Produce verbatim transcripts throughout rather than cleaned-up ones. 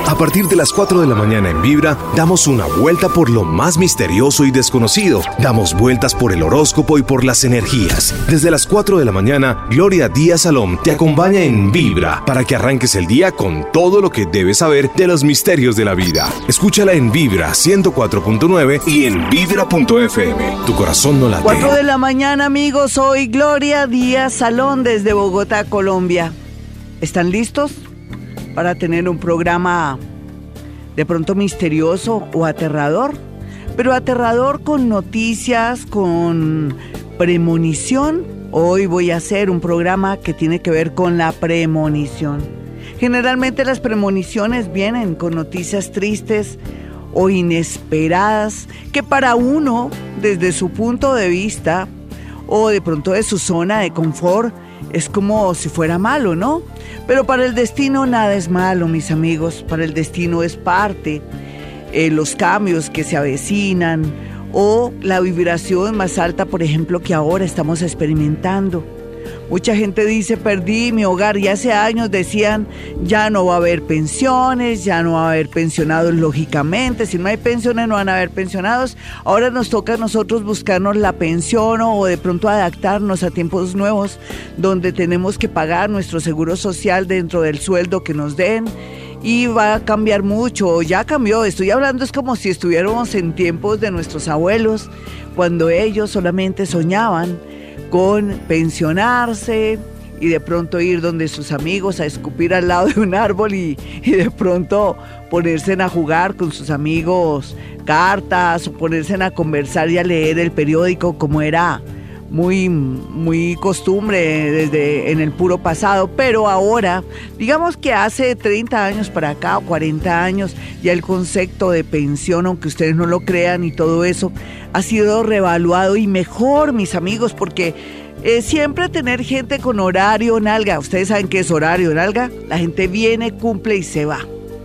A partir de las cuatro de la mañana en Vibra, damos una vuelta por lo más misterioso y desconocido. Damos vueltas por el horóscopo y por las energías. Desde las cuatro de la mañana, Gloria Díaz Salón te acompaña en Vibra para que arranques el día con todo lo que debes saber de los misterios de la vida. Escúchala en Vibra ciento cuatro punto nueve y en vibra punto f m. Tu corazón no late. cuatro de la mañana, amigos. Soy Gloria Díaz Salón desde Bogotá, Colombia. ¿Están listos para tener un programa de pronto misterioso o aterrador? Pero aterrador con noticias, con premonición. Hoy voy a hacer un programa que tiene que ver con la premonición. Generalmente las premoniciones vienen con noticias tristes o inesperadas que para uno, desde su punto de vista o de pronto de su zona de confort, es como si fuera malo, ¿no? Pero para el destino nada es malo, mis amigos. Para el destino es parte, eh, los cambios que se avecinan o la vibración más alta, por ejemplo, que ahora estamos experimentando. Mucha gente dice, perdí mi hogar, y hace años decían, ya no va a haber pensiones, ya no va a haber pensionados, lógicamente, si no hay pensiones no van a haber pensionados. Ahora nos toca a nosotros buscarnos la pensión o de pronto adaptarnos a tiempos nuevos donde tenemos que pagar nuestro seguro social dentro del sueldo que nos den. Y va a cambiar mucho, ya cambió. Estoy hablando, es como si estuviéramos en tiempos de nuestros abuelos, cuando ellos solamente soñaban con pensionarse y de pronto ir donde sus amigos a escupir al lado de un árbol y, y de pronto ponerse a jugar con sus amigos cartas o ponerse a conversar y a leer el periódico, como era muy, muy costumbre desde en el puro pasado. Pero ahora, digamos que hace treinta años para acá o cuarenta años, ya el concepto de pensión, aunque ustedes no lo crean, y todo eso ha sido reevaluado y mejor, mis amigos, porque eh, siempre tener gente con horario nalga. Ustedes saben qué es horario nalga. La gente viene, cumple y se va.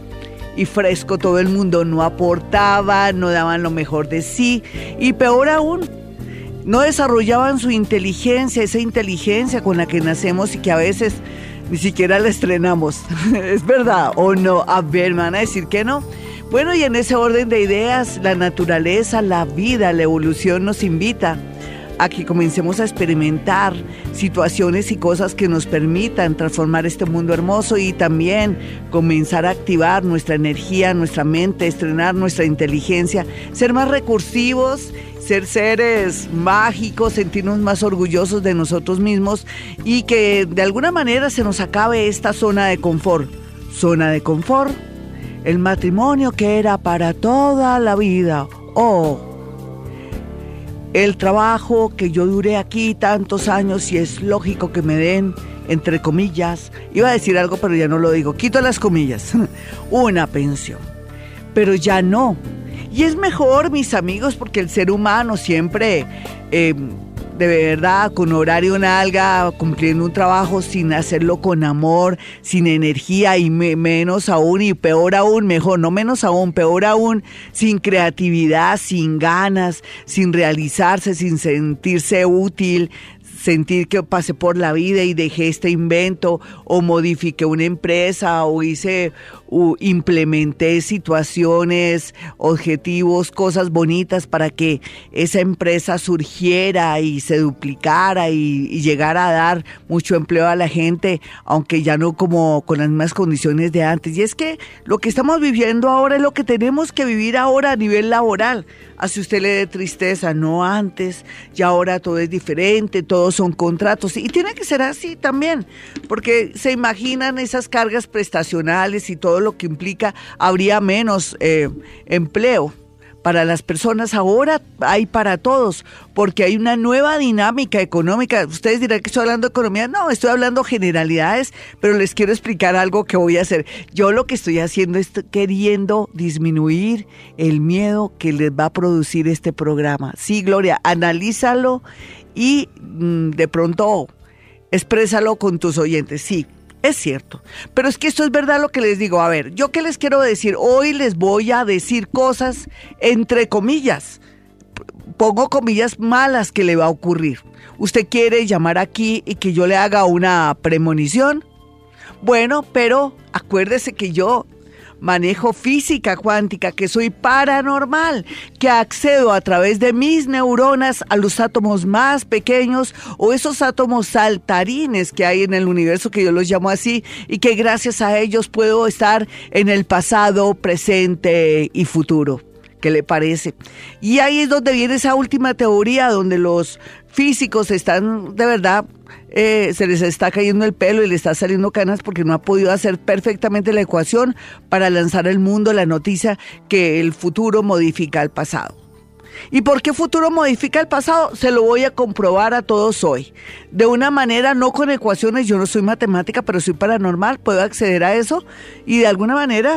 Y fresco todo el mundo, no aportaba, no daban lo mejor de sí, y peor aún, no desarrollaban su inteligencia, esa inteligencia con la que nacemos y que a veces ni siquiera la estrenamos. ¿Es verdad o no? A ver, ¿me van a decir que no? Bueno, y en ese orden de ideas, la naturaleza, la vida, la evolución nos invita a que comencemos a experimentar situaciones y cosas que nos permitan transformar este mundo hermoso y también comenzar a activar nuestra energía, nuestra mente, estrenar nuestra inteligencia, ser más recursivos, ser seres mágicos, sentirnos más orgullosos de nosotros mismos y que de alguna manera se nos acabe esta zona de confort. Zona de confort, el matrimonio que era para toda la vida, o el trabajo que yo duré aquí tantos años y es lógico que me den, entre comillas, iba a decir algo pero ya no lo digo, quito las comillas, una pensión, pero ya no. Y es mejor, mis amigos, porque el ser humano siempre, eh, de verdad, con horario nalga, cumpliendo un trabajo sin hacerlo con amor, sin energía y me, menos aún, y peor aún, mejor, no menos aún, peor aún, sin creatividad, sin ganas, sin realizarse, sin sentirse útil, sentir que pasé por la vida y dejé este invento o modifiqué una empresa o hice o implementé situaciones, objetivos, cosas bonitas para que esa empresa surgiera y se duplicara y, y llegara a dar mucho empleo a la gente, aunque ya no como con las mismas condiciones de antes. Y es que lo que estamos viviendo ahora es lo que tenemos que vivir ahora a nivel laboral. Así usted le dé tristeza, no antes, y ahora todo es diferente, todos son contratos, y tiene que ser así también, porque se imaginan esas cargas prestacionales y todo lo que implica, habría menos eh, empleo para las personas. Ahora hay para todos, porque hay una nueva dinámica económica. Ustedes dirán que estoy hablando de economía. No, estoy hablando generalidades, pero les quiero explicar algo que voy a hacer. Yo lo que estoy haciendo es queriendo disminuir el miedo que les va a producir este programa. Sí, Gloria, analízalo y mmm, de pronto exprésalo con tus oyentes. Sí, es cierto, pero es que esto es verdad lo que les digo. A ver, ¿yo qué les quiero decir? Hoy les voy a decir cosas entre comillas, pongo comillas malas que le va a ocurrir. ¿Usted quiere llamar aquí y que yo le haga una premonición? Bueno, pero acuérdese que yo manejo física cuántica, que soy paranormal, que accedo a través de mis neuronas a los átomos más pequeños o esos átomos saltarines que hay en el universo, que yo los llamo así, y que gracias a ellos puedo estar en el pasado, presente y futuro. ¿Qué le parece? Y ahí es donde viene esa última teoría, donde los físicos están, de verdad, eh, se les está cayendo el pelo y les está saliendo canas porque no ha podido hacer perfectamente la ecuación para lanzar al mundo la noticia que el futuro modifica el pasado. ¿Y por qué futuro modifica el pasado? Se lo voy a comprobar a todos hoy. De una manera, no con ecuaciones, yo no soy matemática, pero soy paranormal, puedo acceder a eso y de alguna manera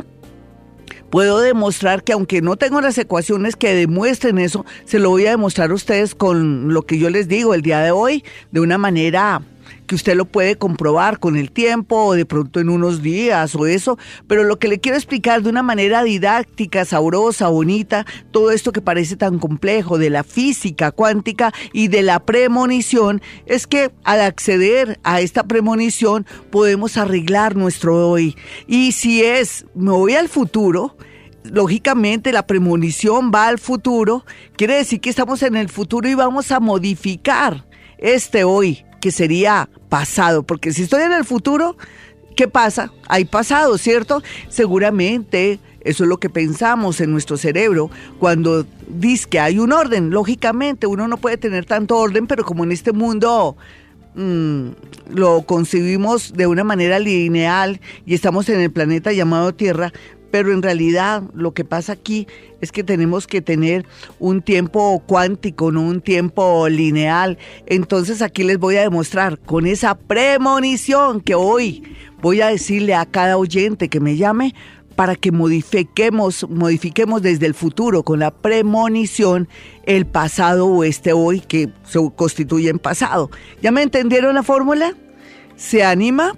puedo demostrar que aunque no tengo las ecuaciones que demuestren eso, se lo voy a demostrar a ustedes con lo que yo les digo el día de hoy, de una manera que usted lo puede comprobar con el tiempo o de pronto en unos días o eso, pero lo que le quiero explicar de una manera didáctica, sabrosa, bonita, todo esto que parece tan complejo de la física cuántica y de la premonición, es que al acceder a esta premonición podemos arreglar nuestro hoy. Y si es, me voy al futuro, lógicamente la premonición va al futuro, quiere decir que estamos en el futuro y vamos a modificar este hoy, que sería pasado, porque si estoy en el futuro, ¿qué pasa? Hay pasado, ¿cierto? Seguramente eso es lo que pensamos en nuestro cerebro cuando dice que hay un orden. Lógicamente uno no puede tener tanto orden, pero como en este mundo mmm, lo concebimos de una manera lineal y estamos en el planeta llamado Tierra, pero en realidad lo que pasa aquí es que tenemos que tener un tiempo cuántico, no un tiempo lineal. Entonces aquí les voy a demostrar con esa premonición que hoy voy a decirle a cada oyente que me llame para que modifiquemos, modifiquemos desde el futuro con la premonición el pasado o este hoy que se constituye en pasado. ¿Ya me entendieron la fórmula? ¿Se anima?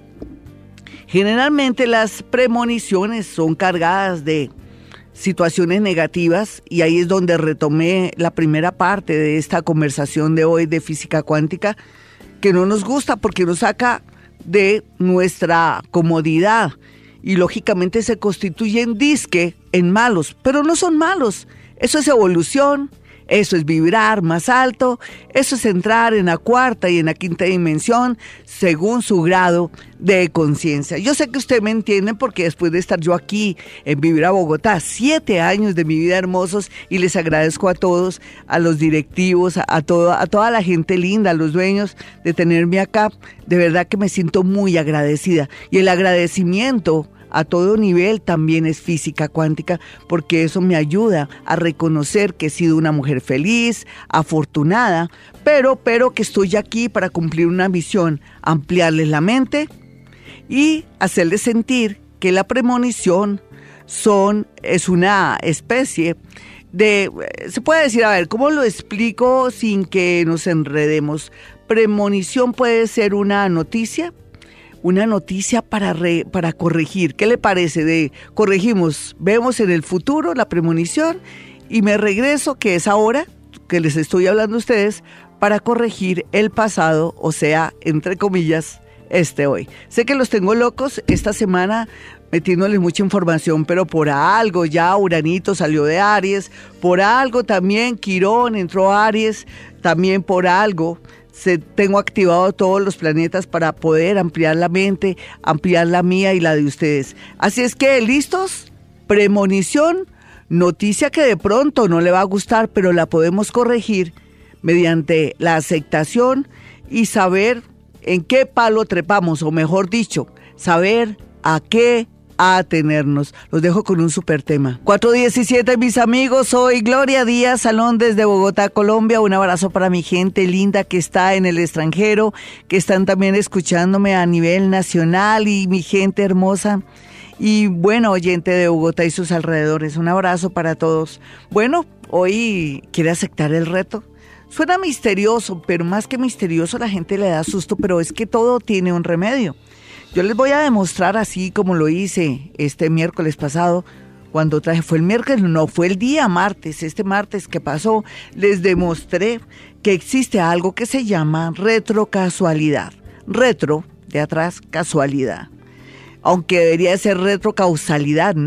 Generalmente las premoniciones son cargadas de situaciones negativas y ahí es donde retomé la primera parte de esta conversación de hoy de física cuántica, que no nos gusta porque nos saca de nuestra comodidad y lógicamente se constituyen disque en malos, pero no son malos, eso es evolución. Eso es vibrar más alto, eso es entrar en la cuarta y en la quinta dimensión según su grado de conciencia. Yo sé que usted me entiende porque después de estar yo aquí en Vivir a Bogotá, siete años de mi vida hermosos, y les agradezco a todos, a los directivos, a, a, todo, a toda la gente linda, a los dueños de tenerme acá, de verdad que me siento muy agradecida. Y el agradecimiento a todo nivel también es física cuántica, porque eso me ayuda a reconocer que he sido una mujer feliz, afortunada, pero, pero que estoy aquí para cumplir una misión, ampliarles la mente y hacerles sentir que la premonición son, es una especie de, se puede decir, a ver, ¿cómo lo explico sin que nos enredemos? Premonición puede ser una noticia, una noticia para, re, para corregir. ¿Qué le parece? De corregimos, vemos en el futuro la premonición y me regreso, que es ahora que les estoy hablando a ustedes, para corregir el pasado, o sea, entre comillas, este hoy. Sé que los tengo locos esta semana metiéndoles mucha información, pero por algo ya Uranito salió de Aries, por algo también Quirón entró a Aries, también por algo Se, tengo activado todos los planetas para poder ampliar la mente, ampliar la mía y la de ustedes. Así es que, ¿listos? Premonición, noticia que de pronto no le va a gustar, pero la podemos corregir mediante la aceptación y saber en qué palo trepamos, o mejor dicho, saber a qué atenernos. Los dejo con un super tema. cuatro diecisiete, mis amigos, soy Gloria Díaz Salón desde Bogotá, Colombia. Un abrazo para mi gente linda que está en el extranjero, que están también escuchándome a nivel nacional, y mi gente hermosa y bueno, oyente de Bogotá y sus alrededores. Un abrazo para todos. Bueno, hoy quiere aceptar el reto. Suena misterioso, pero más que misterioso la gente le da susto, pero es que todo tiene un remedio. Yo les voy a demostrar, así como lo hice este miércoles pasado, cuando traje, fue el miércoles, no, fue el día martes, este martes que pasó, les demostré que existe algo que se llama retrocasualidad. Retro, de atrás, casualidad. Aunque debería ser retrocausalidad, ¿no?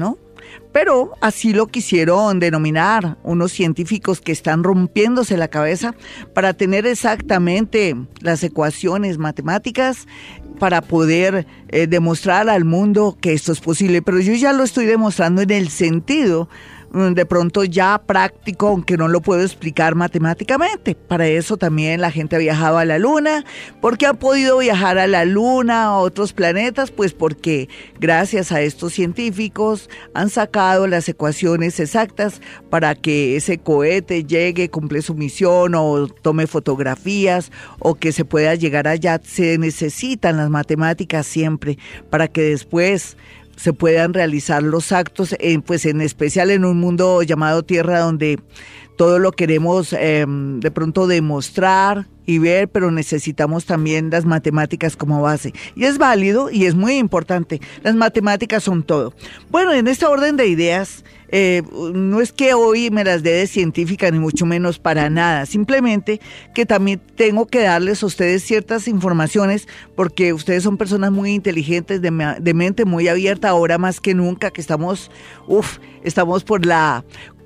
Pero así lo quisieron denominar unos científicos que están rompiéndose la cabeza para tener exactamente las ecuaciones matemáticas para poder eh, demostrar al mundo que esto es posible. Pero yo ya lo estoy demostrando en el sentido de pronto ya práctico, aunque no lo puedo explicar matemáticamente. Para eso también la gente ha viajado a la Luna. ¿Por qué han podido viajar a la Luna, a otros planetas? Pues porque gracias a estos científicos han sacado las ecuaciones exactas para que ese cohete llegue, cumple su misión o tome fotografías o que se pueda llegar allá. Se necesitan las matemáticas siempre para que después se puedan realizar los actos, eh, pues en especial en un mundo llamado Tierra, donde todo lo queremos eh, de pronto demostrar y ver, pero necesitamos también las matemáticas como base. Y es válido y es muy importante. Las matemáticas son todo. Bueno, en este orden de ideas, eh, no es que hoy me las dé de científica, ni mucho menos para nada. Simplemente que también tengo que darles a ustedes ciertas informaciones, porque ustedes son personas muy inteligentes, de, de mente muy abierta, ahora más que nunca, que estamos, uff, estamos por la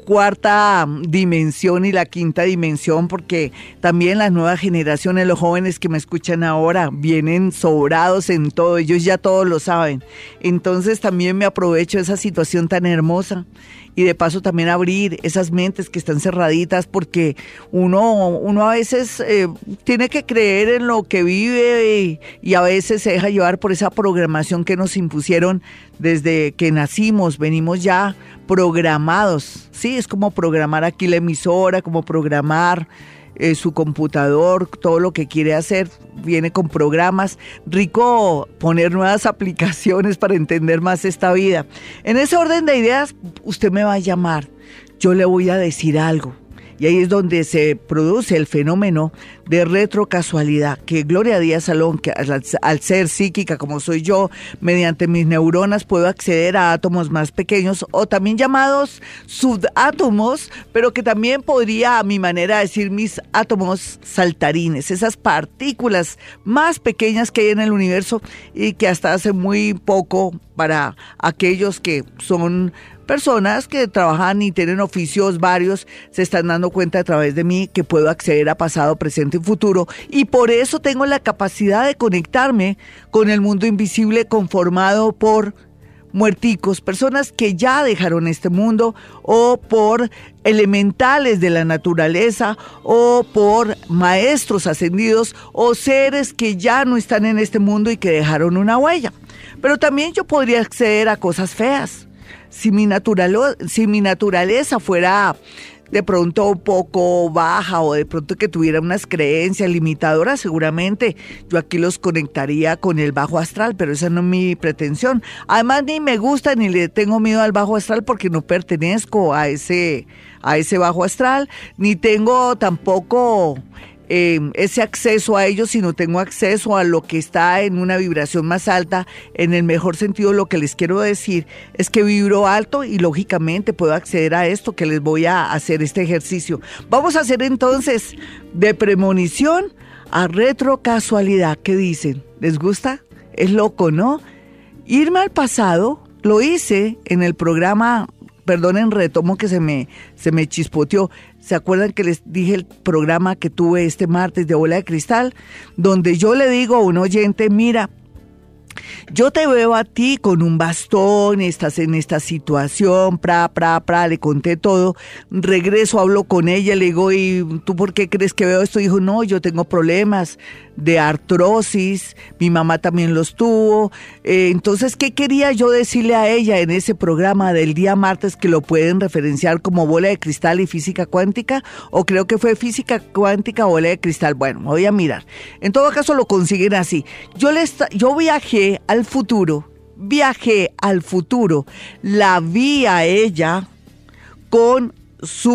cuarta dimensión y la quinta dimensión, porque también las nuevas generaciones, los jóvenes que me escuchan ahora, vienen sobrados en todo, ellos ya todos lo saben. Entonces también me aprovecho de esa situación tan hermosa y de paso también abrir esas mentes que están cerraditas, porque uno, uno a veces eh, tiene que creer en lo que vive y, y a veces se deja llevar por esa programación que nos impusieron desde que nacimos. Venimos ya programados, sí, es como programar aquí la emisora, como programar eh, su computador, todo lo que quiere hacer viene con programas. Rico poner nuevas aplicaciones para entender más esta vida. En ese orden de ideas, usted me va a llamar, yo le voy a decir algo. Y ahí es donde se produce el fenómeno de retrocasualidad, que Gloria Díaz Salón, que al, al ser psíquica como soy yo, mediante mis neuronas puedo acceder a átomos más pequeños o también llamados subátomos, pero que también podría, a mi manera de decir, mis átomos saltarines, esas partículas más pequeñas que hay en el universo y que hasta hace muy poco, para aquellos que son personas que trabajan y tienen oficios varios, se están dando cuenta a través de mí que puedo acceder a pasado, presente y futuro, y por eso tengo la capacidad de conectarme con el mundo invisible conformado por muerticos, personas que ya dejaron este mundo, o por elementales de la naturaleza, o por maestros ascendidos, o seres que ya no están en este mundo y que dejaron una huella. Pero también yo podría acceder a cosas feas. Si mi, naturalo, si mi naturaleza fuera de pronto un poco baja o de pronto que tuviera unas creencias limitadoras, seguramente yo aquí los conectaría con el bajo astral, pero esa no es mi pretensión. Además, ni me gusta ni le tengo miedo al bajo astral porque no pertenezco a ese, a ese bajo astral, ni tengo tampoco Eh, ese acceso a ellos, sino tengo acceso a lo que está en una vibración más alta. En el mejor sentido, lo que les quiero decir es que vibro alto y lógicamente puedo acceder a esto, que les voy a hacer este ejercicio. Vamos a hacer entonces de premonición a retrocasualidad. ¿Qué dicen? ¿Les gusta? Es loco, ¿no? Irme al pasado, lo hice en el programa, perdonen, retomo que se me, se me chispoteó. ¿Se acuerdan que les dije el programa que tuve este martes de Bola de Cristal? Donde yo le digo a un oyente, mira, yo te veo a ti con un bastón, estás en esta situación, pra, pra, pra, le conté todo, regreso, hablo con ella, le digo, ¿y tú por qué crees que veo esto? Dijo, no, yo tengo problemas de artrosis, mi mamá también los tuvo. Eh, entonces, ¿qué quería yo decirle a ella en ese programa del día martes, que lo pueden referenciar como Bola de Cristal y Física Cuántica? O creo que fue Física Cuántica o Bola de Cristal. Bueno, me voy a mirar. En todo caso, lo consiguen así. Yo, les, yo viajé al futuro, viajé al futuro, la vi a ella con su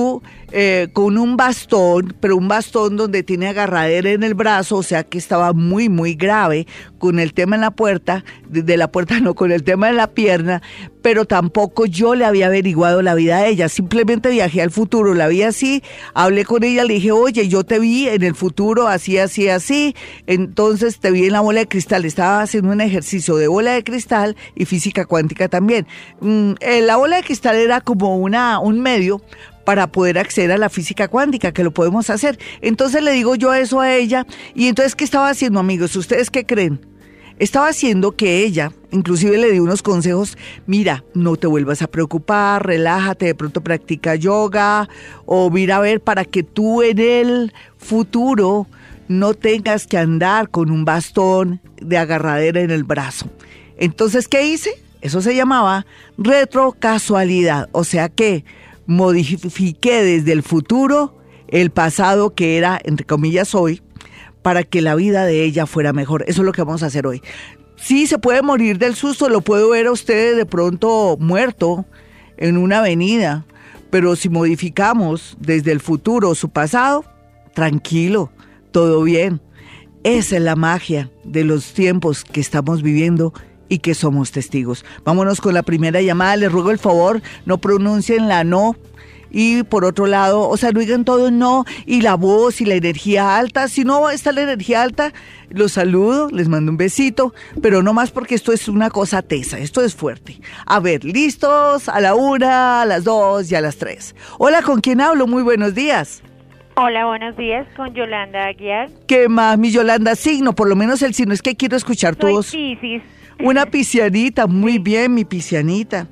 eh, con un bastón, pero un bastón donde tiene agarradera en el brazo, o sea que estaba muy, muy grave con el tema en la puerta, de, de la puerta no, con el tema en la pierna, pero tampoco yo le había averiguado la vida a ella, simplemente viajé al futuro, la vi así, hablé con ella, le dije, oye, yo te vi en el futuro así, así, así, entonces te vi en la bola de cristal, estaba haciendo un ejercicio de bola de cristal y física cuántica también. Mm, eh, la bola de cristal era como una, un medio para poder acceder a la física cuántica, que lo podemos hacer. Entonces le digo yo eso a ella, y entonces, ¿qué estaba haciendo, amigos? ¿Ustedes qué creen? Estaba haciendo que ella, inclusive le di unos consejos, mira, no te vuelvas a preocupar, relájate, de pronto practica yoga, o mira a ver para que tú en el futuro no tengas que andar con un bastón de agarradera en el brazo. Entonces, ¿qué hice? Eso se llamaba retrocasualidad, o sea que modifiqué desde el futuro el pasado que era, entre comillas, hoy, para que la vida de ella fuera mejor. Eso es lo que vamos a hacer hoy. Sí, se puede morir del susto, lo puedo ver a ustedes de pronto muerto en una avenida, pero si modificamos desde el futuro su pasado, tranquilo, todo bien. Esa es la magia de los tiempos que estamos viviendo y que somos testigos. Vámonos con la primera llamada. Les ruego el favor, no pronuncien la no. Y por otro lado, o sea, no digan todo no, y la voz y la energía alta. Si no está la energía alta, los saludo, les mando un besito, pero no más porque esto es una cosa tesa, esto es fuerte. A ver, listos, a la una, a las dos y a las tres. Hola, ¿con quién hablo? Muy buenos días. Hola, buenos días, con Yolanda Aguiar. ¿Qué más, mi Yolanda? Signo, por lo menos el signo, es que quiero escuchar Soy todos. Piscis. Una piscianita, muy bien, mi piscianita.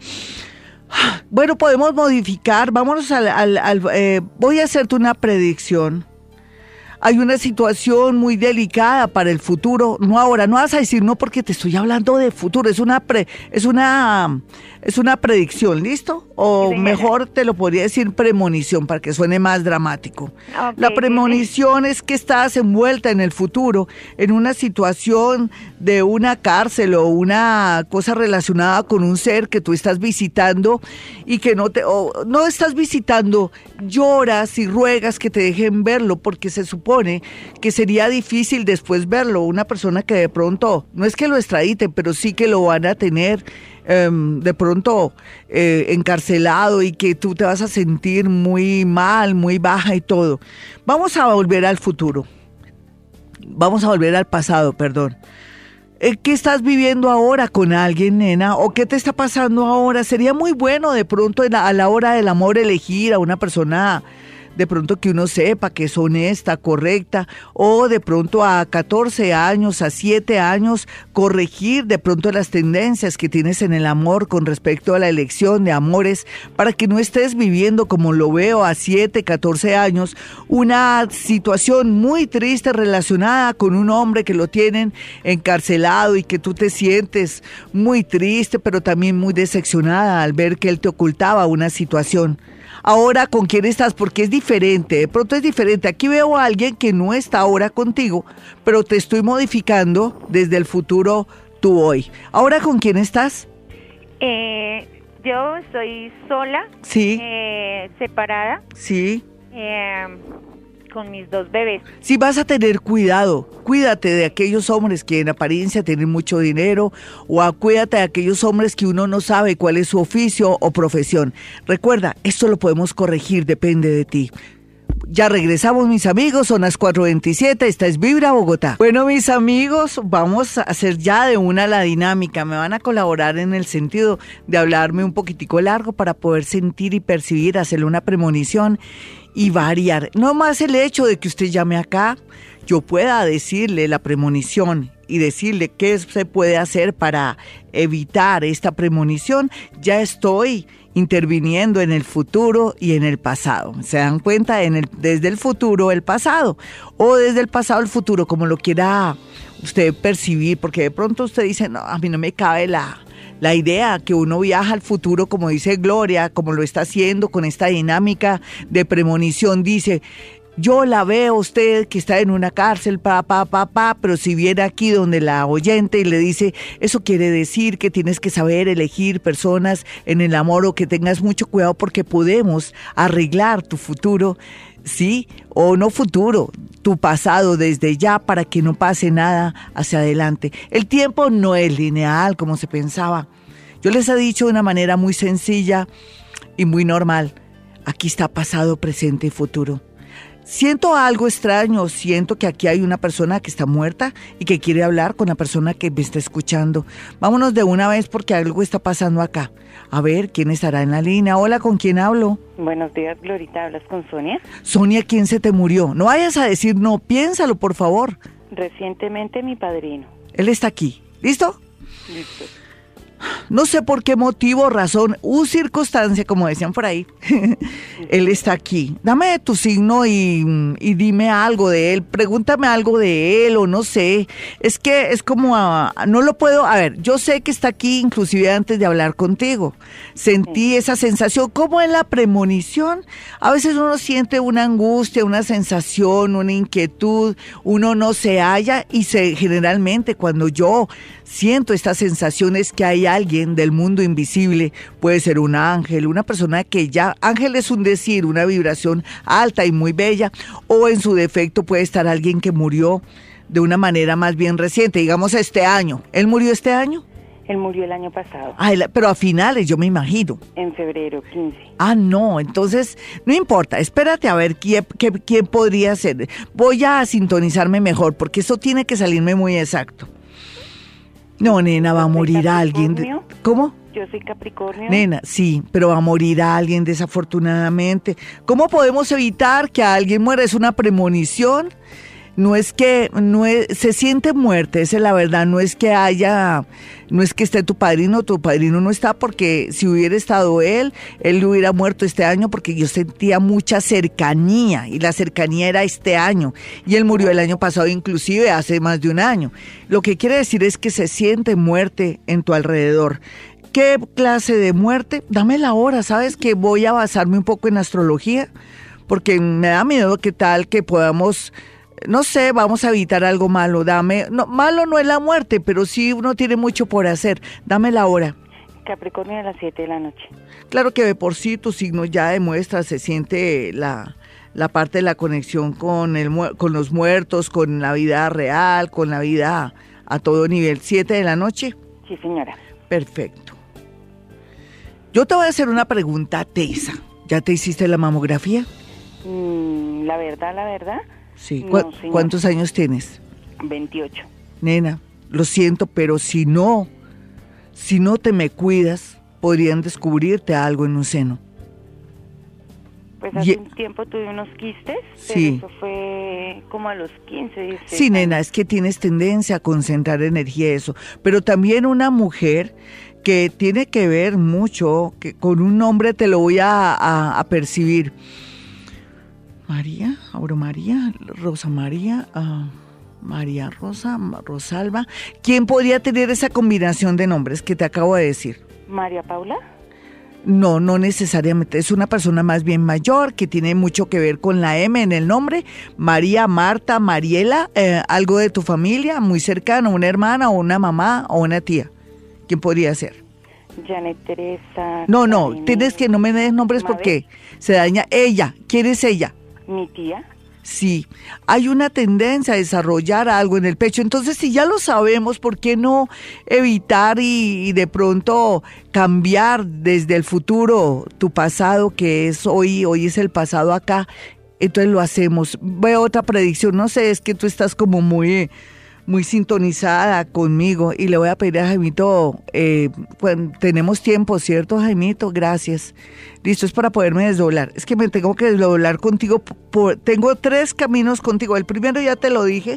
Bueno, podemos modificar, vámonos al... al, al eh, voy a hacerte una predicción. Hay una situación muy delicada para el futuro, no ahora, no vas a decir no porque te estoy hablando de futuro, es una pre, es una es una predicción, ¿listo? O Sí, mejor te lo podría decir premonición para que suene más dramático. Okay, La premonición es que estás envuelta en el futuro en una situación de una cárcel o una cosa relacionada con un ser que tú estás visitando y que no te o no estás visitando, lloras y ruegas que te dejen verlo porque se supone que sería difícil después verlo, una persona que de pronto, no es que lo extraditen, pero sí que lo van a tener eh, de pronto eh, encarcelado y que tú te vas a sentir muy mal, muy baja y todo. Vamos a volver al futuro, vamos a volver al pasado, perdón. ¿Qué estás viviendo ahora con alguien, nena? ¿O qué te está pasando ahora? Sería muy bueno de pronto a la hora del amor elegir a una persona de pronto que uno sepa que es honesta, correcta, o de pronto a catorce años, a siete años, corregir de pronto las tendencias que tienes en el amor con respecto a la elección de amores, para que no estés viviendo, como lo veo a siete, catorce años, una situación muy triste relacionada con un hombre que lo tienen encarcelado y que tú te sientes muy triste, pero también muy decepcionada al ver que él te ocultaba una situación. Ahora, ¿con quién estás? Porque es diferente, de pronto es diferente. Aquí veo a alguien que no está ahora contigo, pero te estoy modificando desde el futuro tú hoy. Ahora, ¿con quién estás? Eh, yo estoy sola, Sí. eh, separada, Sí. eh, con mis dos bebés. Sí, vas a tener cuidado. Cuídate de aquellos hombres que en apariencia tienen mucho dinero, o cuídate de aquellos hombres que uno no sabe cuál es su oficio o profesión. Recuerda, esto lo podemos corregir, depende de ti. Ya regresamos, mis amigos, son las cuatro veintisiete, esta es Vibra Bogotá. Bueno, mis amigos, vamos a hacer ya de una la dinámica. Me van a colaborar en el sentido de hablarme un poquitico largo para poder sentir y percibir, hacerle una premonición y variar. No más el hecho de que usted llame acá, yo pueda decirle la premonición y decirle qué se puede hacer para evitar esta premonición, ya estoy interviniendo en el futuro y en el pasado. ¿Se dan cuenta? En el, desde el futuro el pasado, o desde el pasado el futuro, como lo quiera usted percibir, porque de pronto usted dice, no, a mí no me cabe la... La idea que uno viaja al futuro, como dice Gloria, como lo está haciendo con esta dinámica de premonición, dice, yo la veo a usted que está en una cárcel, pa, pa, pa, pa, pero si viene aquí donde la oyente y le dice, eso quiere decir que tienes que saber elegir personas en el amor o que tengas mucho cuidado porque podemos arreglar tu futuro, ¿sí? O no futuro, tu pasado desde ya para que no pase nada hacia adelante. El tiempo no es lineal como se pensaba. Yo les he dicho de una manera muy sencilla y muy normal. Aquí está pasado, presente y futuro. Siento algo extraño, siento que aquí hay una persona que está muerta y que quiere hablar con la persona que me está escuchando. Vámonos de una vez porque algo está pasando acá. A ver, ¿quién estará en la línea? Hola, ¿con quién hablo? Buenos días, Glorita, ¿hablas con Sonia? Sonia, ¿quién se te murió? No vayas a decir no, piénsalo, por favor. Recientemente mi padrino. Él está aquí. ¿Listo? Listo. No sé por qué motivo, razón u circunstancia, como decían por ahí, él está aquí. Dame tu signo y, y dime algo de él, pregúntame algo de él o no sé. Es que es como, a, no lo puedo, a ver, yo sé que está aquí inclusive antes de hablar contigo. Sentí sí. esa sensación, como en la premonición. A veces uno siente una angustia, una sensación, una inquietud, uno no se halla y se, generalmente cuando yo siento esta sensación es que hay alguien del mundo invisible, puede ser un ángel, una persona que ya, ángel es un decir, una vibración alta y muy bella, o en su defecto puede estar alguien que murió de una manera más bien reciente, digamos este año. ¿Él murió este año? Él murió el año pasado. Ah, pero a finales, yo me imagino. En febrero, quince. Ah, no, entonces, no importa, espérate a ver quién, quién, quién podría ser. Voy a sintonizarme mejor, porque eso tiene que salirme muy exacto. No, nena, va a morir alguien. De... ¿Cómo? Yo soy Capricornio. Nena, sí, pero va a morir alguien desafortunadamente. ¿Cómo podemos evitar que alguien muera? Es una premonición. No es que, no es, se siente muerte, esa es la verdad, no es que haya, no es que esté tu padrino, tu padrino no está porque si hubiera estado él, él hubiera muerto este año porque yo sentía mucha cercanía y la cercanía era este año y él murió el año pasado inclusive hace más de un año. Lo que quiere decir es que se siente muerte en tu alrededor. ¿Qué clase de muerte? Dame la hora, ¿sabes? Que voy a basarme un poco en astrología porque me da miedo que tal que podamos... No sé, vamos a evitar algo malo, dame, no, malo no es la muerte, pero sí uno tiene mucho por hacer, dame la hora. Capricornio a las siete de la noche. Claro que de por sí tu signo ya demuestra, se siente la, la parte de la conexión con, el, con los muertos, con la vida real, con la vida a todo nivel, siete de la noche. Sí, señora. Perfecto. Yo te voy a hacer una pregunta tesa, ¿ya te hiciste la mamografía? Mm, la verdad, la verdad... Sí. ¿Cu- no, ¿Cuántos años tienes? veintiocho. Nena, lo siento, pero si no, si no te me cuidas, podrían descubrirte algo en un seno. Pues hace y... un tiempo tuve unos quistes, pero sí. eso fue como a los quince, dieciséis Sí, nena, es que tienes tendencia a concentrar energía eso. Pero también una mujer que tiene que ver mucho, que con un nombre te lo voy a, a, a percibir. María, Auro María, Rosa María, uh, María Rosa, Rosalba. ¿Quién podría tener esa combinación de nombres que te acabo de decir? ¿María Paula? No, no necesariamente. Es una persona más bien mayor que tiene mucho que ver con la M en el nombre. María, Marta, Mariela, eh, algo de tu familia, muy cercano, una hermana o una mamá o una tía. ¿Quién podría ser? Janet Teresa. No, no, Karine, tienes que no me des nombres Mabel. Porque se daña. Ella, ¿quién es ella? Mi tía. Sí, hay una tendencia a desarrollar algo en el pecho. Entonces, si ya lo sabemos, ¿por qué no evitar y, y de pronto cambiar desde el futuro tu pasado, que es hoy, hoy es el pasado acá? Entonces lo hacemos. Veo otra predicción, no sé, es que tú estás como muy... muy sintonizada conmigo y le voy a pedir a Jaimito, eh, pues, tenemos tiempo, ¿cierto, Jaimito? Gracias. Listo, es para poderme desdoblar. Es que me tengo que desdoblar contigo, por, tengo tres caminos contigo. El primero ya te lo dije,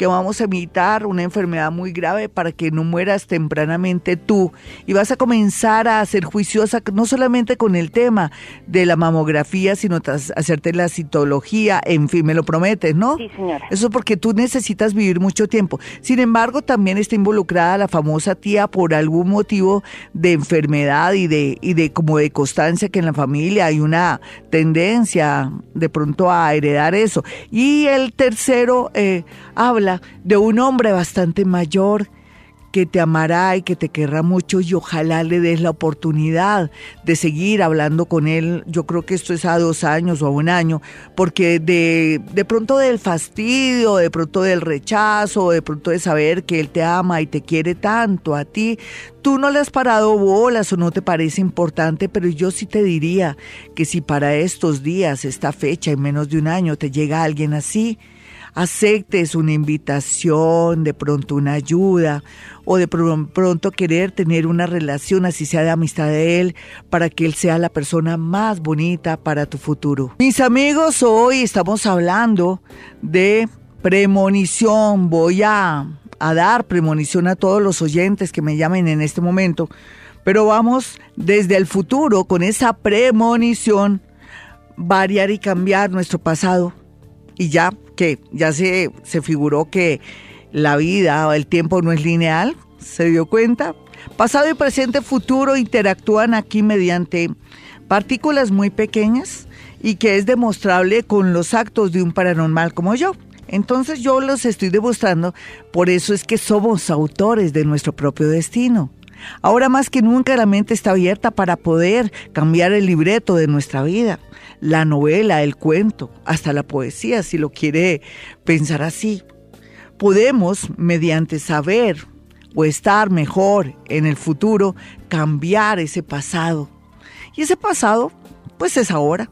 que vamos a evitar una enfermedad muy grave para que no mueras tempranamente tú. Y vas a comenzar a ser juiciosa no solamente con el tema de la mamografía, sino tras hacerte la citología, en fin, me lo prometes, ¿no? Sí, señora. Eso es porque tú necesitas vivir mucho tiempo. Sin embargo, también está involucrada la famosa tía por algún motivo de enfermedad y de, y de como de constancia que en la familia hay una tendencia de pronto a heredar eso. Y el tercero eh, habla de un hombre bastante mayor que te amará y que te querrá mucho y ojalá le des la oportunidad de seguir hablando con él. Yo creo que esto es a dos años o a un año, porque de, de pronto del fastidio, de pronto del rechazo, de pronto de saber que él te ama y te quiere tanto a ti, tú no le has parado bolas o no te parece importante, pero yo sí te diría que si para estos días, esta fecha, en menos de un año, te llega alguien así, aceptes una invitación, de pronto una ayuda o de pronto querer tener una relación, así sea de amistad de él, para que él sea la persona más bonita para tu futuro. Mis amigos, hoy estamos hablando de premonición. Voy a, a dar premonición a todos los oyentes que me llamen en este momento, pero vamos desde el futuro con esa premonición, variar y cambiar nuestro pasado. Y ya que ya se, se figuró que la vida o el tiempo no es lineal, ¿se dio cuenta? Pasado y presente, futuro interactúan aquí mediante partículas muy pequeñas y que es demostrable con los actos de un paranormal como yo. Entonces yo los estoy demostrando, por eso es que somos autores de nuestro propio destino. Ahora más que nunca la mente está abierta para poder cambiar el libreto de nuestra vida, la novela, el cuento, hasta la poesía, si lo quiere pensar así. Podemos, mediante saber o estar mejor en el futuro, cambiar ese pasado. Y ese pasado, pues es ahora.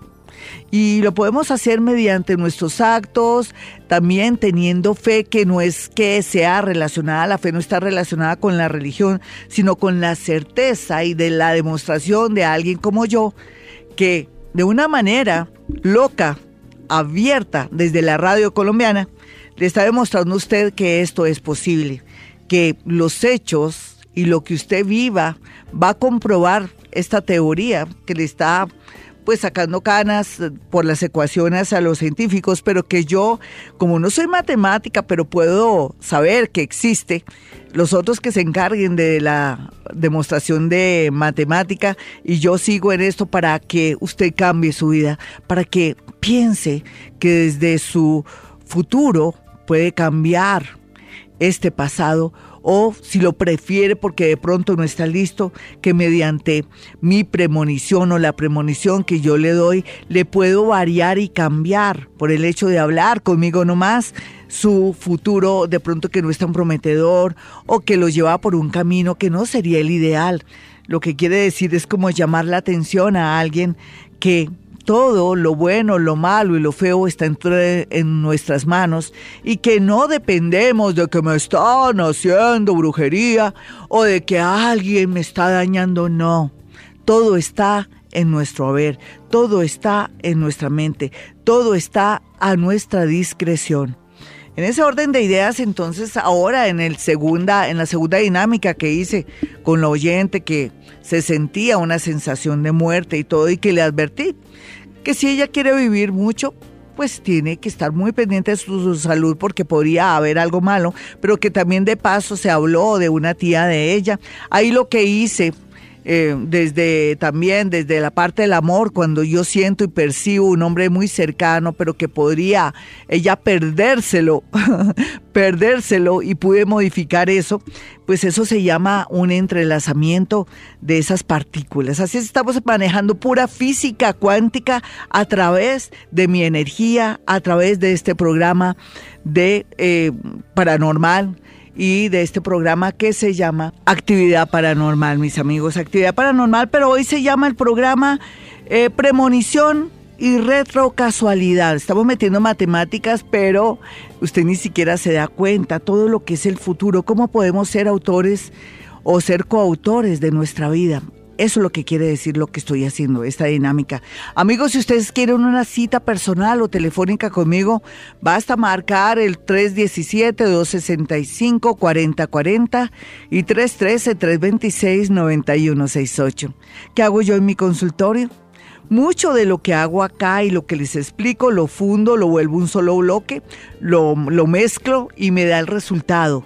Y lo podemos hacer mediante nuestros actos, también teniendo fe, que no es que sea relacionada, la fe no está relacionada con la religión, sino con la certeza y de la demostración de alguien como yo, que de una manera loca, abierta desde la radio colombiana, le está demostrando a usted que esto es posible, que los hechos y lo que usted viva va a comprobar esta teoría que le está pues sacando canas por las ecuaciones a los científicos, pero que yo, como no soy matemática, pero puedo saber que existe, los otros que se encarguen de la demostración de matemática, y yo sigo en esto para que usted cambie su vida, para que piense que desde su futuro puede cambiar este pasado, o si lo prefiere porque de pronto no está listo, que mediante mi premonición o la premonición que yo le doy, le puedo variar y cambiar por el hecho de hablar conmigo nomás su futuro, de pronto que no es tan prometedor o que lo lleva por un camino que no sería el ideal. Lo que quiere decir es como llamar la atención a alguien que todo lo bueno, lo malo y lo feo está entre, en nuestras manos, y que no dependemos de que me están haciendo brujería o de que alguien me está dañando. No, todo está en nuestro haber, todo está en nuestra mente, todo está a nuestra discreción. En ese orden de ideas, entonces, ahora en, el segunda, en la segunda dinámica que hice con la oyente que se sentía una sensación de muerte y todo, y que le advertí que si ella quiere vivir mucho, pues tiene que estar muy pendiente de su, su salud, porque podría haber algo malo, pero que también de paso se habló de una tía de ella. Ahí lo que hice, eh, desde también desde la parte del amor, cuando yo siento y percibo un hombre muy cercano, pero que podría ella perdérselo, perdérselo, y pude modificar eso, pues eso se llama un entrelazamiento de esas partículas. Así es, estamos manejando pura física cuántica a través de mi energía, a través de este programa de eh, paranormal, y de este programa que se llama Actividad Paranormal, mis amigos, Actividad Paranormal, pero hoy se llama el programa eh, Premonición y Retrocasualidad. Estamos metiendo matemáticas, pero usted ni siquiera se da cuenta todo lo que es el futuro, cómo podemos ser autores o ser coautores de nuestra vida. Eso es lo que quiere decir lo que estoy haciendo, esta dinámica. Amigos, si ustedes quieren una cita personal o telefónica conmigo, basta marcar el tres uno siete, dos seis cinco, cuatro cero cuatro cero y tres uno tres, tres dos seis, nueve uno seis ocho. ¿Qué hago yo en mi consultorio? Mucho de lo que hago acá y lo que les explico lo fundo, lo vuelvo un solo bloque, lo, lo mezclo y me da el resultado.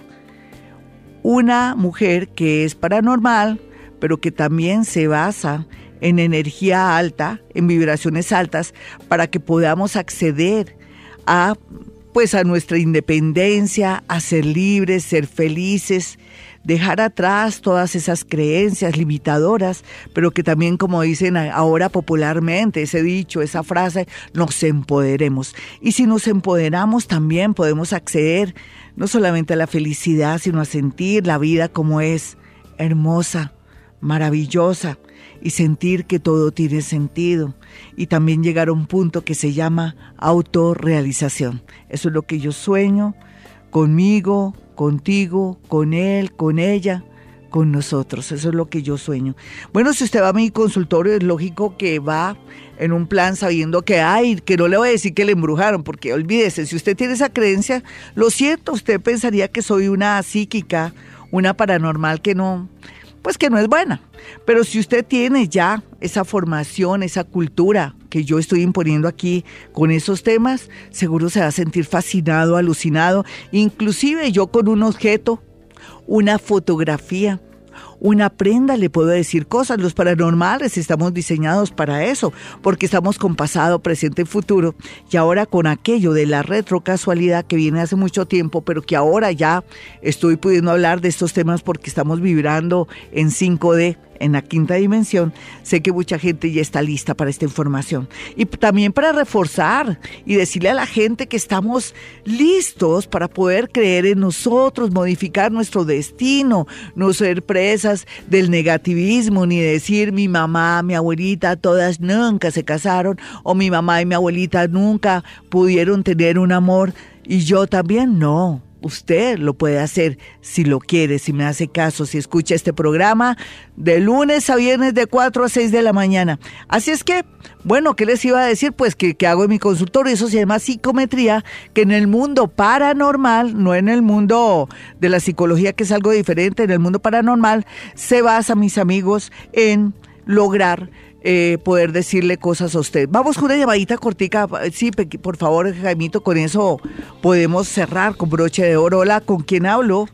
Una mujer que es paranormal, pero que también se basa en energía alta, en vibraciones altas, para que podamos acceder a, pues, a nuestra independencia, a ser libres, ser felices, dejar atrás todas esas creencias limitadoras, pero que también, como dicen ahora popularmente, ese dicho, esa frase, nos empoderemos. Y si nos empoderamos, también podemos acceder no solamente a la felicidad, sino a sentir la vida como es, hermosa, maravillosa, y sentir que todo tiene sentido, y también llegar a un punto que se llama autorrealización. Eso es lo que yo sueño conmigo, contigo, con él, con ella, con nosotros. Eso es lo que yo sueño. Bueno, si usted va a mi consultorio, es lógico que va en un plan sabiendo que, ay, que no le voy a decir que le embrujaron, porque olvídese, si usted tiene esa creencia, lo siento, usted pensaría que soy una psíquica, una paranormal que no, pues que no es buena. Pero si usted tiene ya esa formación, esa cultura que yo estoy imponiendo aquí con esos temas, seguro se va a sentir fascinado, alucinado, inclusive yo con un objeto, una fotografía, una prenda, le puedo decir cosas. Los paranormales estamos diseñados para eso, porque estamos con pasado, presente y futuro, y ahora con aquello de la retrocasualidad que viene hace mucho tiempo, pero que ahora ya estoy pudiendo hablar de estos temas porque estamos vibrando en cinco D, en la quinta dimensión. Sé que mucha gente ya está lista para esta información. Y también para reforzar y decirle a la gente que estamos listos para poder creer en nosotros, modificar nuestro destino, no ser presas del negativismo, ni decir mi mamá, mi abuelita, todas nunca se casaron, o mi mamá y mi abuelita nunca pudieron tener un amor y yo también. No. Usted lo puede hacer si lo quiere, si me hace caso, si escucha este programa de lunes a viernes de cuatro a seis de la mañana. Así es que, bueno, ¿qué les iba a decir? Pues que, que hago en mi consultorio, eso se llama psicometría, que en el mundo paranormal, no en el mundo de la psicología, que es algo diferente, en el mundo paranormal se basa, mis amigos, en lograr Eh, poder decirle cosas a usted. Vamos con una llamadita cortica. Sí, por favor, Jaimito, con eso podemos cerrar con broche de oro. Hola, ¿con quién hablo?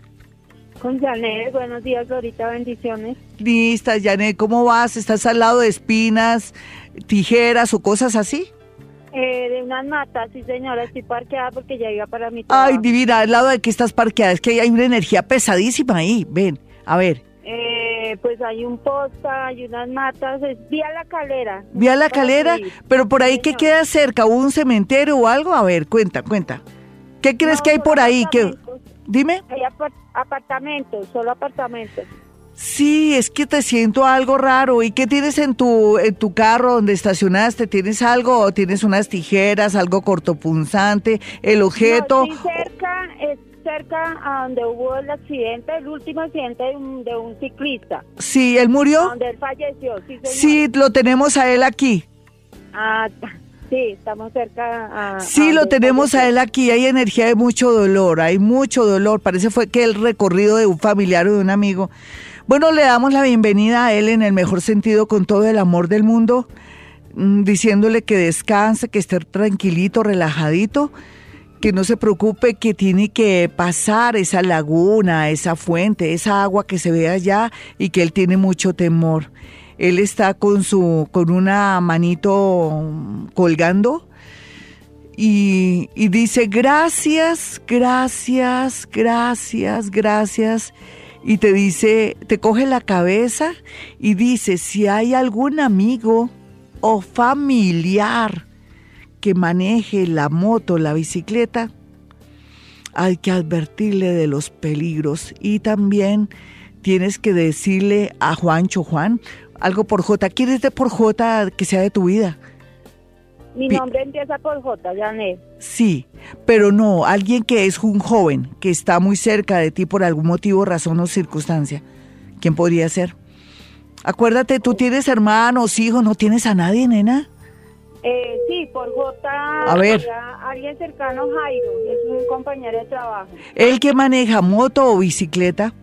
Con Janet. Buenos días, Florita, bendiciones. Lista, Janet, ¿cómo vas? ¿Estás al lado de espinas, tijeras o cosas así? Eh, de unas matas, sí señora, estoy parqueada porque ya iba para mi trabajo. Ay, divina, al lado de que estás parqueada, es que hay una energía pesadísima ahí. Ven, a ver. Eh, pues hay un posta, hay unas matas, es vía la calera. ¿Vía la calera? Sí. Pero por ahí, Sí, ¿qué señor. queda cerca? ¿Hubo un cementerio o algo? A ver, cuenta, cuenta. ¿Qué crees No, que hay por solo ahí? ¿Qué? apartamentos. Dime. Hay apart- apartamentos, solo apartamentos. Sí, es que te siento algo raro. ¿Y qué tienes en tu en tu carro donde estacionaste? ¿Tienes algo? ¿Tienes unas tijeras, algo cortopunzante? ¿El objeto? No, estoy cerca, es cerca a donde hubo el accidente, el último accidente de un, de un ciclista, Sí, ¿él murió? donde él falleció, sí señor. Sí, lo tenemos a él aquí. Ah, sí, estamos cerca a... Sí, a lo donde tenemos a falleció. él aquí. Hay energía de mucho dolor, hay mucho dolor. Parece fue que el recorrido de un familiar o de un amigo. Bueno, le damos la bienvenida a él en el mejor sentido, con todo el amor del mundo, mm, diciéndole que descanse, que esté tranquilito, relajadito, que no se preocupe, que tiene que pasar esa laguna, esa fuente, esa agua que se ve allá, y que él tiene mucho temor. Él está con su, con una manito colgando y, y dice gracias, gracias, gracias, gracias. Y te dice, te coge la cabeza y dice, si hay algún amigo o familiar que maneje la moto, la bicicleta, hay que advertirle de los peligros. Y también tienes que decirle a Juancho, Juan, algo por J. ¿Quieres de por J que sea de tu vida? Mi Pi- nombre empieza por J, Janet. Sí, pero no, alguien que es un joven, que está muy cerca de ti por algún motivo, razón o circunstancia. ¿Quién podría ser? Acuérdate, tú tienes hermanos, hijos, ¿no tienes a nadie, nena? Eh, sí, por J. A ver. ya Alguien cercano, Jairo, es un compañero de trabajo. ¿El que maneja moto o bicicleta?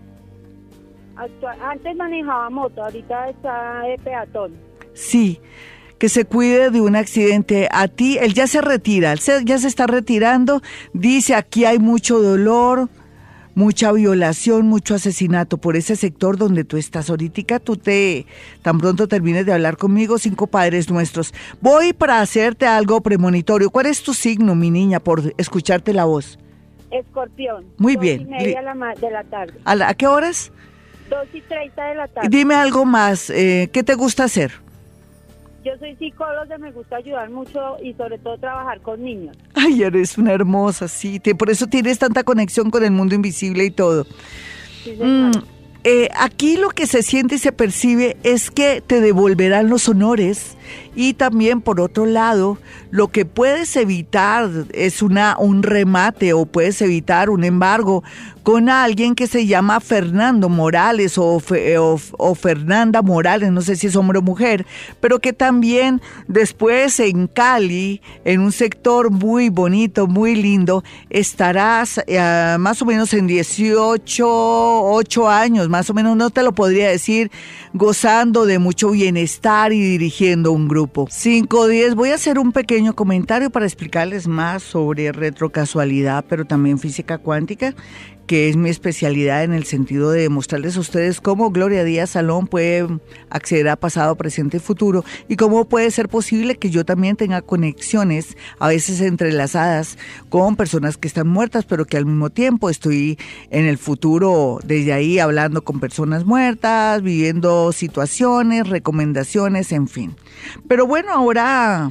Actua- antes manejaba moto, ahorita está de peatón. Sí, que se cuide de un accidente. A ti, él ya se retira, él se- ya se está retirando, dice aquí hay mucho dolor, mucha violación, mucho asesinato por ese sector donde tú estás. Ahorita tú te, tan pronto termines de hablar conmigo, cinco padres nuestros. Voy para hacerte algo premonitorio. ¿Cuál es tu signo, mi niña, por escucharte la voz? Escorpión. Muy dos bien. y media la ma- de la tarde. ¿A, la- a qué horas? Dos y treinta de la tarde. Dime algo más, eh, ¿qué te gusta hacer? Yo soy psicóloga, me gusta ayudar mucho y sobre todo trabajar con niños. Ay, eres una hermosa, sí, te- por eso tienes tanta conexión con el mundo invisible y todo. Sí, señora. Mm, eh, aquí lo que se siente y se percibe es que te devolverán los honores y también por otro lado lo que puedes evitar es una un remate o puedes evitar un embargo con alguien que se llama Fernando Morales o, Fe- o, o Fernanda Morales, no sé si es hombre o mujer, pero que también después en Cali, en un sector muy bonito, muy lindo, estarás eh, más o menos en dieciocho, ocho años, más o menos, no te lo podría decir, gozando de mucho bienestar y dirigiendo un grupo. cinco diez, voy a hacer un pequeño comentario para explicarles más sobre retrocasualidad, pero también física cuántica, que es mi especialidad en el sentido de mostrarles a ustedes cómo Gloria Díaz Salón puede acceder a pasado, presente y futuro y cómo puede ser posible que yo también tenga conexiones, a veces entrelazadas, con personas que están muertas, pero que al mismo tiempo estoy en el futuro desde ahí hablando con personas muertas, viviendo situaciones, recomendaciones, en fin. Pero bueno, ahora...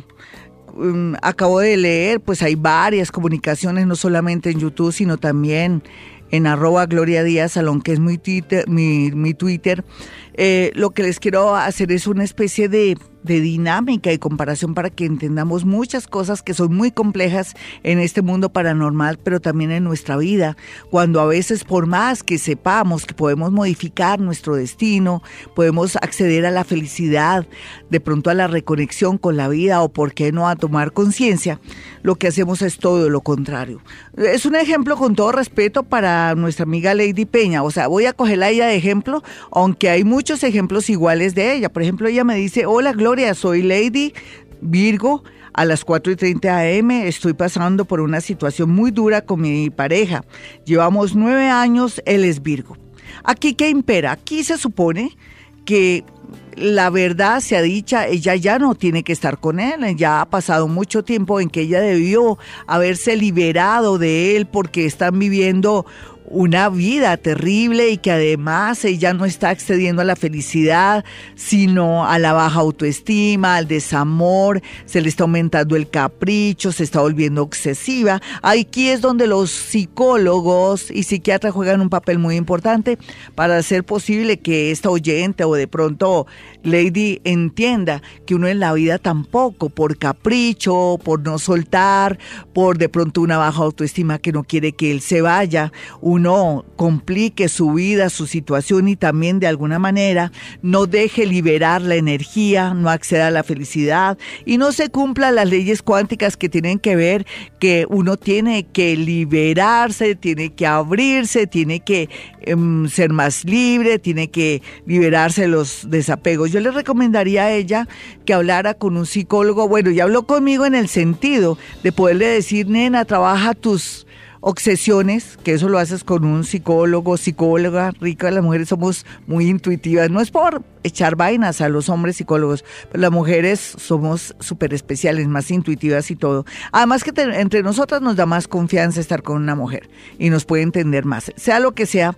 Um, acabo de leer, pues hay varias comunicaciones, no solamente en YouTube, sino también en arroba Gloria Díaz Salón, que es mi Twitter. Mi, mi Twitter. Eh, lo que les quiero hacer es una especie de, de dinámica y comparación para que entendamos muchas cosas que son muy complejas en este mundo paranormal, pero también en nuestra vida, cuando a veces por más que sepamos que podemos modificar nuestro destino, podemos acceder a la felicidad, de pronto a la reconexión con la vida o por qué no a tomar conciencia, lo que hacemos es todo lo contrario. Es un ejemplo con todo respeto para nuestra amiga Lady Peña, o sea, voy a cogerla a ella de ejemplo, aunque hay muchos ejemplos iguales de ella. Por ejemplo, ella me dice, hola Gloria, soy Lady Virgo, a las cuatro y treinta a eme estoy pasando por una situación muy dura con mi pareja. Llevamos nueve años, él es Virgo. Aquí, ¿qué impera? Aquí se supone que la verdad sea dicha, ella ya no tiene que estar con él, ya ha pasado mucho tiempo en que ella debió haberse liberado de él porque están viviendo una vida terrible y que además ella no está accediendo a la felicidad, sino a la baja autoestima, al desamor, se le está aumentando el capricho, se está volviendo obsesiva. Aquí es donde los psicólogos y psiquiatras juegan un papel muy importante para hacer posible que esta oyente o de pronto Lady entienda que uno en la vida tampoco, por capricho, por no soltar, por de pronto una baja autoestima que no quiere que él se vaya, uno complique su vida, su situación y también de alguna manera no deje liberar la energía, no acceda a la felicidad y no se cumplan las leyes cuánticas que tienen que ver que uno tiene que liberarse, tiene que abrirse, tiene que um, ser más libre, tiene que liberarse de los desapegos. Yo le recomendaría a ella que hablara con un psicólogo, bueno, ya habló conmigo en el sentido de poderle decir, nena, trabaja tus obsesiones, que eso lo haces con un psicólogo, psicóloga, rica, las mujeres somos muy intuitivas, no es por echar vainas a los hombres psicólogos, pero las mujeres somos súper especiales, más intuitivas y todo. Además que te, entre nosotras nos da más confianza estar con una mujer y nos puede entender más, sea lo que sea.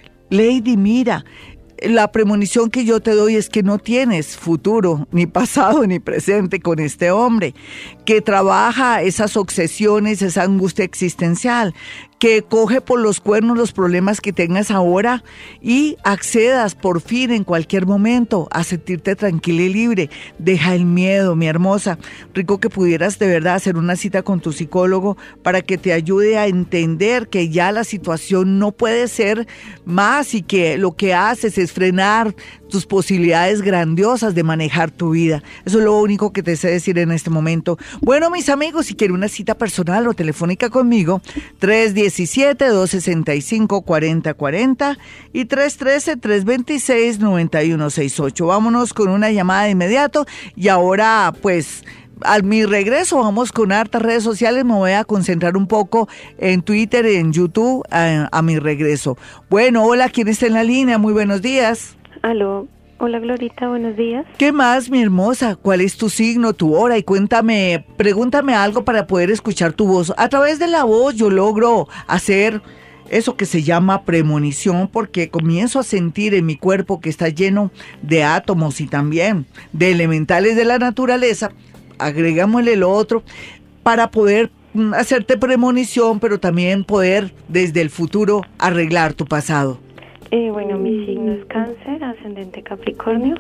Lady, mira, la premonición que yo te doy es que no tienes futuro, ni pasado, ni presente con este hombre, que trabaja esas obsesiones, esa angustia existencial, que coge por los cuernos los problemas que tengas ahora y accedas por fin en cualquier momento a sentirte tranquila y libre. Deja el miedo, mi hermosa. Rico que pudieras de verdad hacer una cita con tu psicólogo para que te ayude a entender que ya la situación no puede ser más y que lo que haces es frenar tus posibilidades grandiosas de manejar tu vida. Eso es lo único que te sé decir en este momento. Bueno, mis amigos, si quieren una cita personal o telefónica conmigo, tres uno siete, dos seis cinco, cuatro cero cuatro cero y tres uno tres, tres dos seis, nueve uno seis ocho. Vámonos con una llamada de inmediato y ahora, pues, a mi regreso vamos con hartas redes sociales, me voy a concentrar un poco en Twitter, en YouTube, a, a mi regreso. Bueno, hola, ¿quién está en la línea? Muy buenos días. Aló, hola Glorita, buenos días. ¿Qué más, mi hermosa? ¿Cuál es tu signo, tu hora? Y cuéntame, pregúntame algo para poder escuchar tu voz. A través de la voz yo logro hacer eso que se llama premonición, porque comienzo a sentir en mi cuerpo que está lleno de átomos y también de elementales de la naturaleza. Agregámosle lo otro para poder hacerte premonición, pero también poder desde el futuro arreglar tu pasado. Eh, bueno, mi signo es Cáncer, ascendente Capricornio.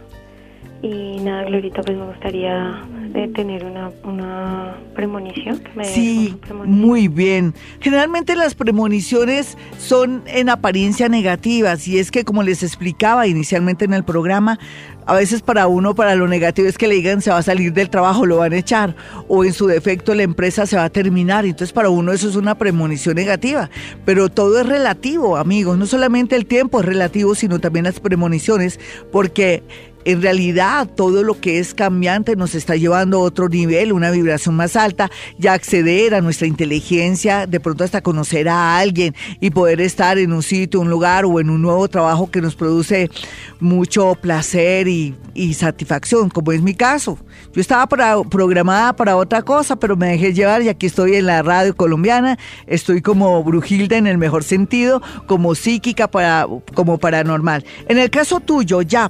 Y nada, Glorita, pues me gustaría eh, tener una, una premonición. Que me sí, una premonición. Muy bien. Generalmente las premoniciones son en apariencia negativas y es que, como les explicaba inicialmente en el programa, a veces para uno, para lo negativo es que le digan se va a salir del trabajo, lo van a echar, o en su defecto la empresa se va a terminar. Entonces para uno eso es una premonición negativa, pero todo es relativo, amigos. No solamente el tiempo es relativo, sino también las premoniciones, porque en realidad todo lo que es cambiante nos está llevando a otro nivel, una vibración más alta, ya acceder a nuestra inteligencia, de pronto hasta conocer a alguien y poder estar en un sitio, un lugar o en un nuevo trabajo que nos produce mucho placer y, y satisfacción, como es mi caso. Yo estaba para, programada para otra cosa, pero me dejé llevar y aquí estoy en la radio colombiana. Estoy como Brujilda en el mejor sentido, como psíquica, para, como paranormal. En el caso tuyo, ya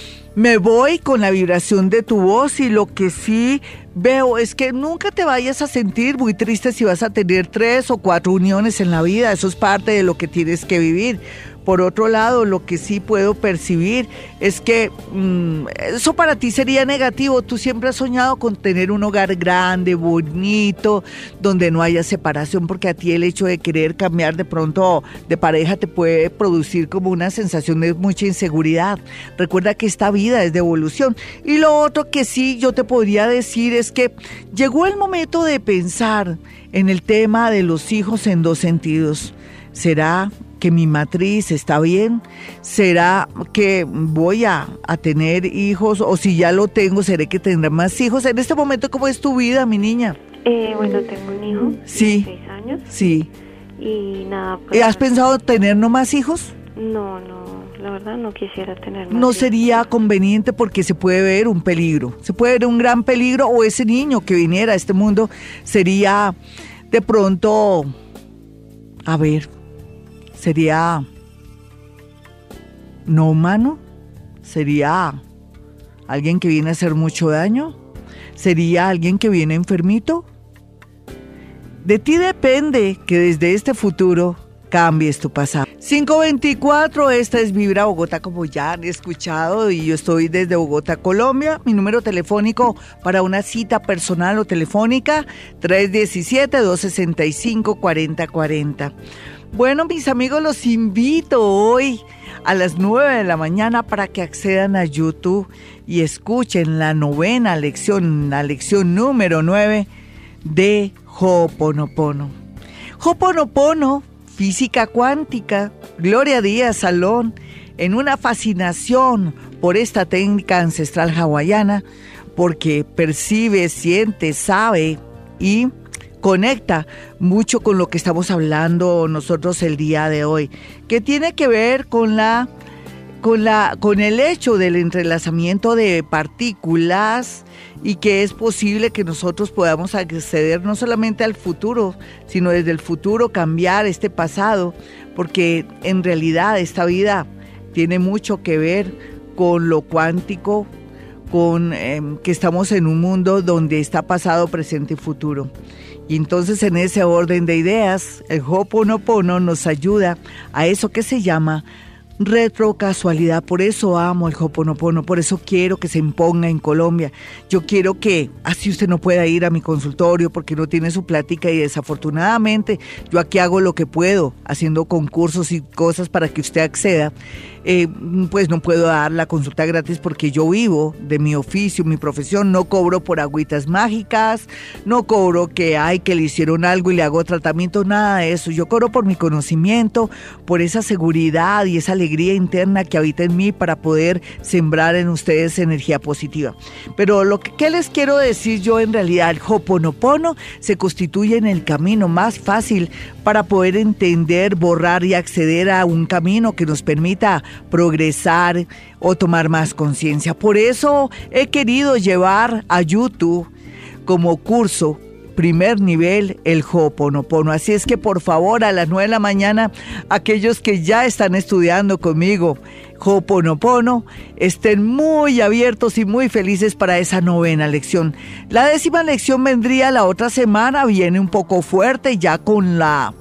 me voy con la vibración de tu voz y lo que sí veo es que nunca te vayas a sentir muy triste si vas a tener tres o cuatro uniones en la vida. Eso es parte de lo que tienes que vivir. Por otro lado, lo que sí puedo percibir es que mmm, eso para ti sería negativo. Tú siempre has soñado con tener un hogar grande, bonito, donde no haya separación, porque a ti el hecho de querer cambiar de pronto de pareja te puede producir como una sensación de mucha inseguridad. Recuerda que esta vida es de evolución. Y lo otro que sí yo te podría decir es que llegó el momento de pensar en el tema de los hijos en dos sentidos. ¿Será que mi matriz está bien? ¿Será que voy a, a tener hijos? O si ya lo tengo, ¿seré que tendré más hijos? En este momento, ¿cómo es tu vida, mi niña? Eh, bueno, tengo un hijo sí. de seis años. Sí. Y nada, pues, ¿has pensado tener no más hijos? No, no, la verdad no quisiera tener más No hijos. sería conveniente porque se puede ver un peligro. Se puede ver un gran peligro, o ese niño que viniera a este mundo sería de pronto, a ver, sería no humano, sería alguien que viene a hacer mucho daño, sería alguien que viene enfermito. De ti depende que desde este futuro cambies tu pasado. cinco veinticuatro, esta es Vibra Bogotá, como ya han escuchado, y yo estoy desde Bogotá, Colombia. Mi número telefónico para una cita personal o telefónica, tres uno siete, dos seis cinco, cuatro cero cuatro cero. Bueno, mis amigos, los invito hoy a las nueve de la mañana para que accedan a YouTube y escuchen la novena lección, la lección número nueve de Ho'oponopono. Ho'oponopono, física cuántica, Gloria Díaz Salón, en una fascinación por esta técnica ancestral hawaiana, porque percibe, siente, sabe y conecta mucho con lo que estamos hablando nosotros el día de hoy, que tiene que ver con la, con la, con el hecho del entrelazamiento de partículas, y que es posible que nosotros podamos acceder no solamente al futuro, sino desde el futuro cambiar este pasado, porque en realidad esta vida tiene mucho que ver con lo cuántico, con eh, que estamos en un mundo donde está pasado, presente y futuro. Y entonces en ese orden de ideas, el Ho'oponopono nos ayuda a eso que se llama retrocasualidad. Por eso amo el Ho'oponopono, por eso quiero que se imponga en Colombia. Yo quiero que, así usted no pueda ir a mi consultorio porque no tiene su plática, y desafortunadamente yo aquí hago lo que puedo, haciendo concursos y cosas para que usted acceda. eh, pues no puedo dar la consulta gratis porque yo vivo de mi oficio, mi profesión, no cobro por agüitas mágicas, no cobro que hay que le hicieron algo y le hago tratamiento, nada de eso. Yo cobro por mi conocimiento, por esa seguridad y esa alegría interna que habita en mí para poder sembrar en ustedes energía positiva. Pero lo que ¿qué les quiero decir yo en realidad? El Ho'oponopono se constituye en el camino más fácil para poder entender, borrar y acceder a un camino que nos permita progresar o tomar más conciencia. Por eso he querido llevar a YouTube como curso primer nivel el Ho'oponopono. Así es que por favor, a las nueve de la mañana, aquellos que ya están estudiando conmigo Ho'oponopono, estén muy abiertos y muy felices para esa novena lección. La décima lección vendría la otra semana, viene un poco fuerte, ya con la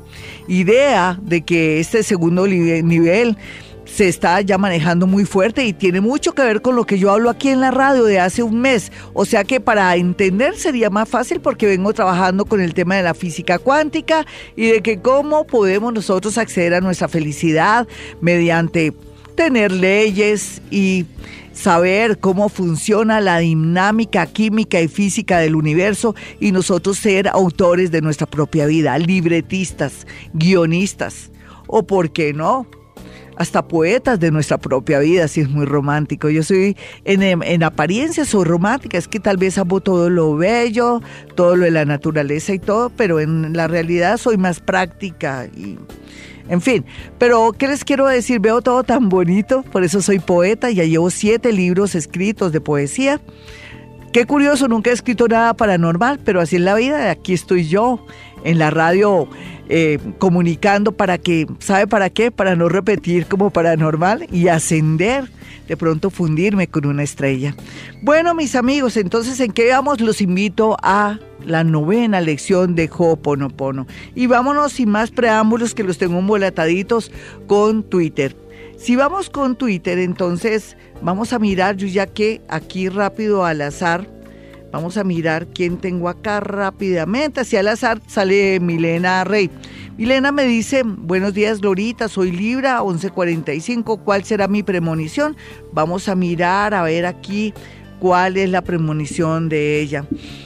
idea de que este segundo nivel se está ya manejando muy fuerte y tiene mucho que ver con lo que yo hablo aquí en la radio de hace un mes. O sea que para entender sería más fácil porque vengo trabajando con el tema de la física cuántica y de que cómo podemos nosotros acceder a nuestra felicidad mediante tener leyes y saber cómo funciona la dinámica química y física del universo y nosotros ser autores de nuestra propia vida, libretistas, guionistas o, ¿por qué no?, hasta poetas de nuestra propia vida, si es muy romántico. Yo soy, en, en apariencia soy romántica, es que tal vez amo todo lo bello, todo lo de la naturaleza y todo, pero en la realidad soy más práctica y... En fin, pero ¿qué les quiero decir? Veo todo tan bonito, por eso soy poeta, ya llevo siete libros escritos de poesía. Qué curioso, nunca he escrito nada paranormal, pero así es la vida, aquí estoy yo, en la radio, eh, comunicando para que, ¿sabe para qué? Para no repetir como paranormal y ascender, de pronto fundirme con una estrella. Bueno, mis amigos, entonces, ¿en qué vamos? Los invito a la novena lección de Ho'oponopono. Y vámonos sin más preámbulos, que los tengo embolataditos con Twitter. Si vamos con Twitter, entonces vamos a mirar, yo ya que aquí rápido al azar, vamos a mirar quién tengo acá rápidamente. Así al azar sale Milena Rey. Milena me dice, buenos días Glorita, soy Libra, once cuarenta y cinco, ¿cuál será mi premonición? Vamos a mirar, a ver aquí cuál es la premonición de ella.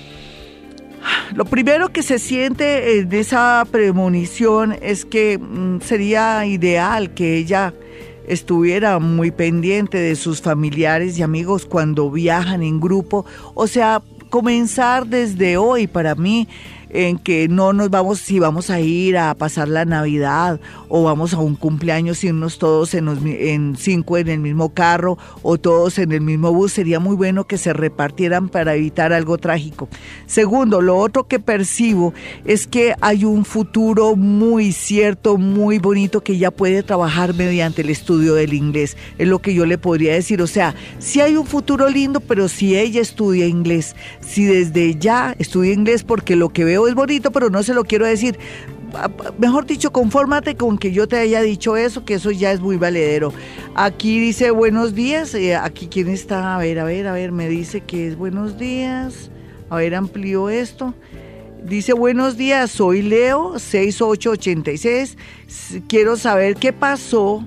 Lo primero que se siente en esa premonición es que mm, sería ideal que ella estuviera muy pendiente de sus familiares y amigos cuando viajan en grupo, o sea, comenzar desde hoy para mí en que no nos vamos, si vamos a ir a pasar la Navidad o vamos a un cumpleaños, irnos todos en, los, en cinco en el mismo carro o todos en el mismo bus, sería muy bueno que se repartieran para evitar algo trágico. Segundo, lo otro que percibo es que hay un futuro muy cierto, muy bonito que ella puede trabajar mediante el estudio del inglés, es lo que yo le podría decir. O sea, sí hay un futuro lindo, pero si ella estudia inglés, si desde ya estudia inglés, porque lo que veo es bonito, pero no se lo quiero decir. Mejor dicho, confórmate con que yo te haya dicho eso, que eso ya es muy valedero. Aquí dice buenos días, eh, aquí quién está, a ver, a ver, a ver, me dice que es buenos días, a ver, amplío esto. Dice buenos días, soy Leo, seis ocho ochenta y seis, quiero saber qué pasó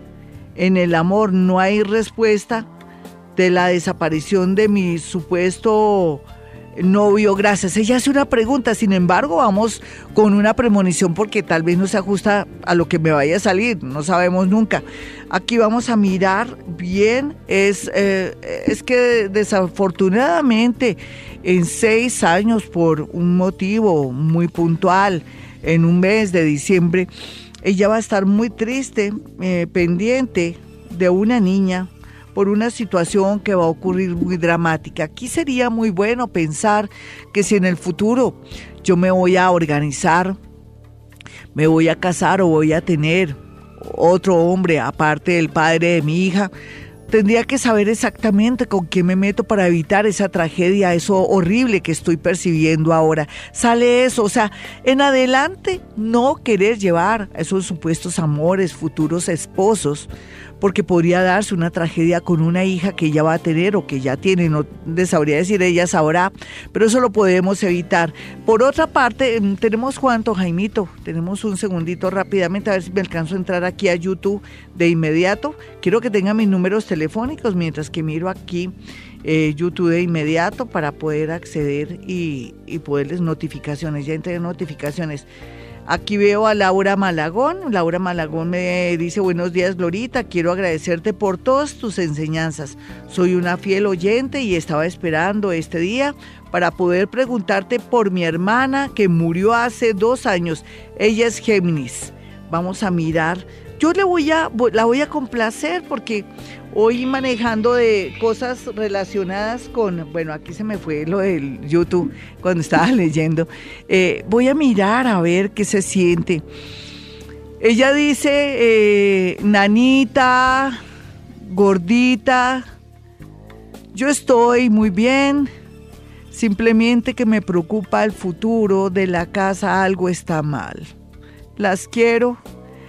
en el amor, no hay respuesta de la desaparición de mi supuesto novio, gracias. Ella hace una pregunta, sin embargo, vamos con una premonición porque tal vez no se ajusta a lo que me vaya a salir, no sabemos nunca. Aquí vamos a mirar bien, es, eh, es que desafortunadamente en seis años, por un motivo muy puntual, en un mes de diciembre, ella va a estar muy triste, eh, pendiente de una niña, por una situación que va a ocurrir muy dramática. Aquí sería muy bueno pensar que si en el futuro yo me voy a organizar, me voy a casar o voy a tener otro hombre aparte del padre de mi hija, tendría que saber exactamente con qué me meto para evitar esa tragedia, eso horrible que estoy percibiendo ahora. Sale eso, o sea, en adelante no querer llevar a esos supuestos amores, futuros esposos, porque podría darse una tragedia con una hija que ella va a tener o que ya tiene, no les sabría decir, ella sabrá, pero eso lo podemos evitar. Por otra parte, tenemos cuánto, Jaimito, tenemos un segundito rápidamente, a ver si me alcanzo a entrar aquí a YouTube de inmediato. Quiero que tengan mis números telefónicos mientras que miro aquí eh, YouTube de inmediato para poder acceder y, y poderles notificaciones, ya entré en notificaciones. Aquí veo a Laura Malagón. Laura Malagón me dice: buenos días, Glorita, quiero agradecerte por todas tus enseñanzas. Soy una fiel oyente y estaba esperando este día para poder preguntarte por mi hermana que murió hace dos años. Ella es Géminis. Vamos a mirar. Yo le voy a, la voy a complacer porque hoy manejando de cosas relacionadas con, bueno, aquí se me fue lo del YouTube cuando estaba leyendo. Eh, voy a mirar a ver qué se siente. Ella dice, eh, nanita, gordita, yo estoy muy bien, simplemente que me preocupa el futuro de la casa, algo está mal. Las quiero.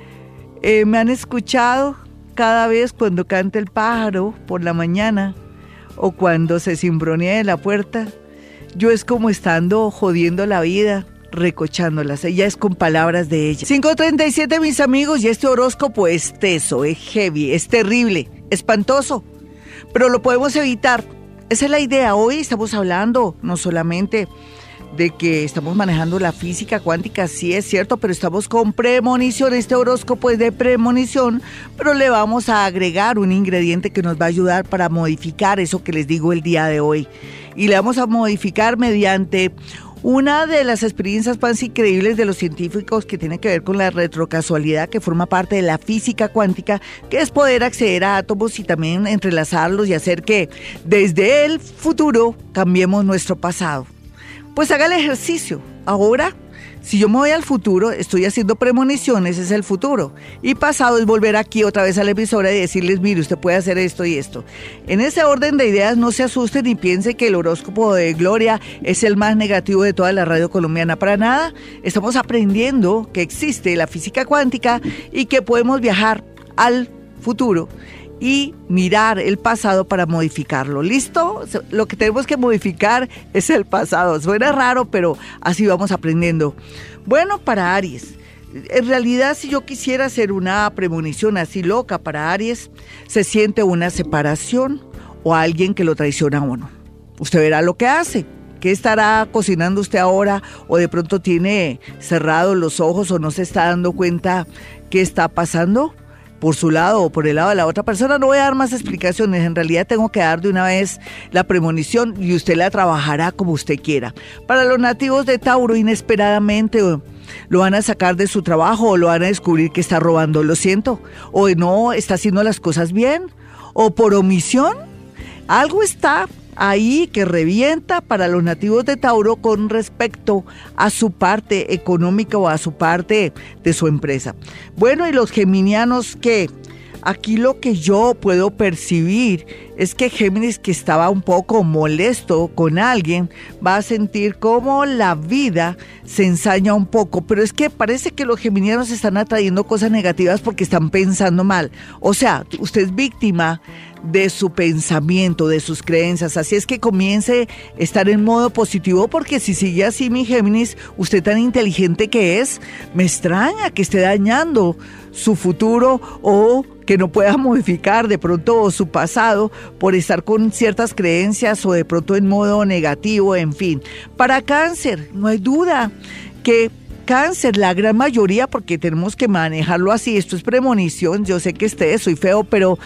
Eh, me han escuchado cada vez cuando canta el pájaro por la mañana o cuando se cimbronea en la puerta. Yo es como estando jodiendo la vida, recochándolas. Ella es con palabras de ella. cinco treinta y siete, mis amigos, y este horóscopo es teso, es heavy, es terrible, espantoso, pero lo podemos evitar. Esa es la idea. Hoy estamos hablando no solamente de que estamos manejando la física cuántica, sí es cierto, pero estamos con premonición. Este horóscopo es de premonición, pero le vamos a agregar un ingrediente que nos va a ayudar para modificar eso que les digo el día de hoy. Y le vamos a modificar mediante una de las experiencias más increíbles de los científicos que tiene que ver con la retrocasualidad, que forma parte de la física cuántica, que es poder acceder a átomos y también entrelazarlos y hacer que desde el futuro cambiemos nuestro pasado. Pues haga el ejercicio. Ahora, si yo me voy al futuro, estoy haciendo premoniciones, es el futuro. Y pasado es volver aquí otra vez a la emisora y decirles, mire, usted puede hacer esto y esto. En ese orden de ideas, no se asusten ni piensen que el horóscopo de Gloria es el más negativo de toda la radio colombiana. Para nada, estamos aprendiendo que existe la física cuántica y que podemos viajar al futuro y mirar el pasado para modificarlo. ¿Listo? Lo que tenemos que modificar es el pasado. Suena raro, pero así vamos aprendiendo. Bueno, para Aries, en realidad si yo quisiera hacer una premonición así loca para Aries, se siente una separación o alguien que lo traiciona a uno. Usted verá lo que hace. ¿Qué estará cocinando usted ahora? O de pronto tiene cerrados los ojos o no se está dando cuenta qué está pasando por su lado o por el lado de la otra persona. No voy a dar más explicaciones, en realidad tengo que dar de una vez la premonición y usted la trabajará como usted quiera. Para los nativos de Tauro, inesperadamente lo van a sacar de su trabajo o lo van a descubrir que está robando, lo siento, o no está haciendo las cosas bien, o por omisión, algo está ahí que revienta para los nativos de Tauro con respecto a su parte económica o a su parte de su empresa. Bueno, y los geminianos, que aquí lo que yo puedo percibir es que Géminis, que estaba un poco molesto con alguien, va a sentir como la vida se ensaña un poco, pero es que parece que los geminianos están atrayendo cosas negativas porque están pensando mal. O sea, usted es víctima de su pensamiento, de sus creencias, así es que comience a estar en modo positivo, porque si sigue así, mi Géminis, usted tan inteligente que es, me extraña que esté dañando su futuro o que no pueda modificar de pronto su pasado por estar con ciertas creencias o de pronto en modo negativo, en fin. Para Cáncer, no hay duda que Cáncer, la gran mayoría, porque tenemos que manejarlo así, esto es premonición, yo sé que este soy feo, pero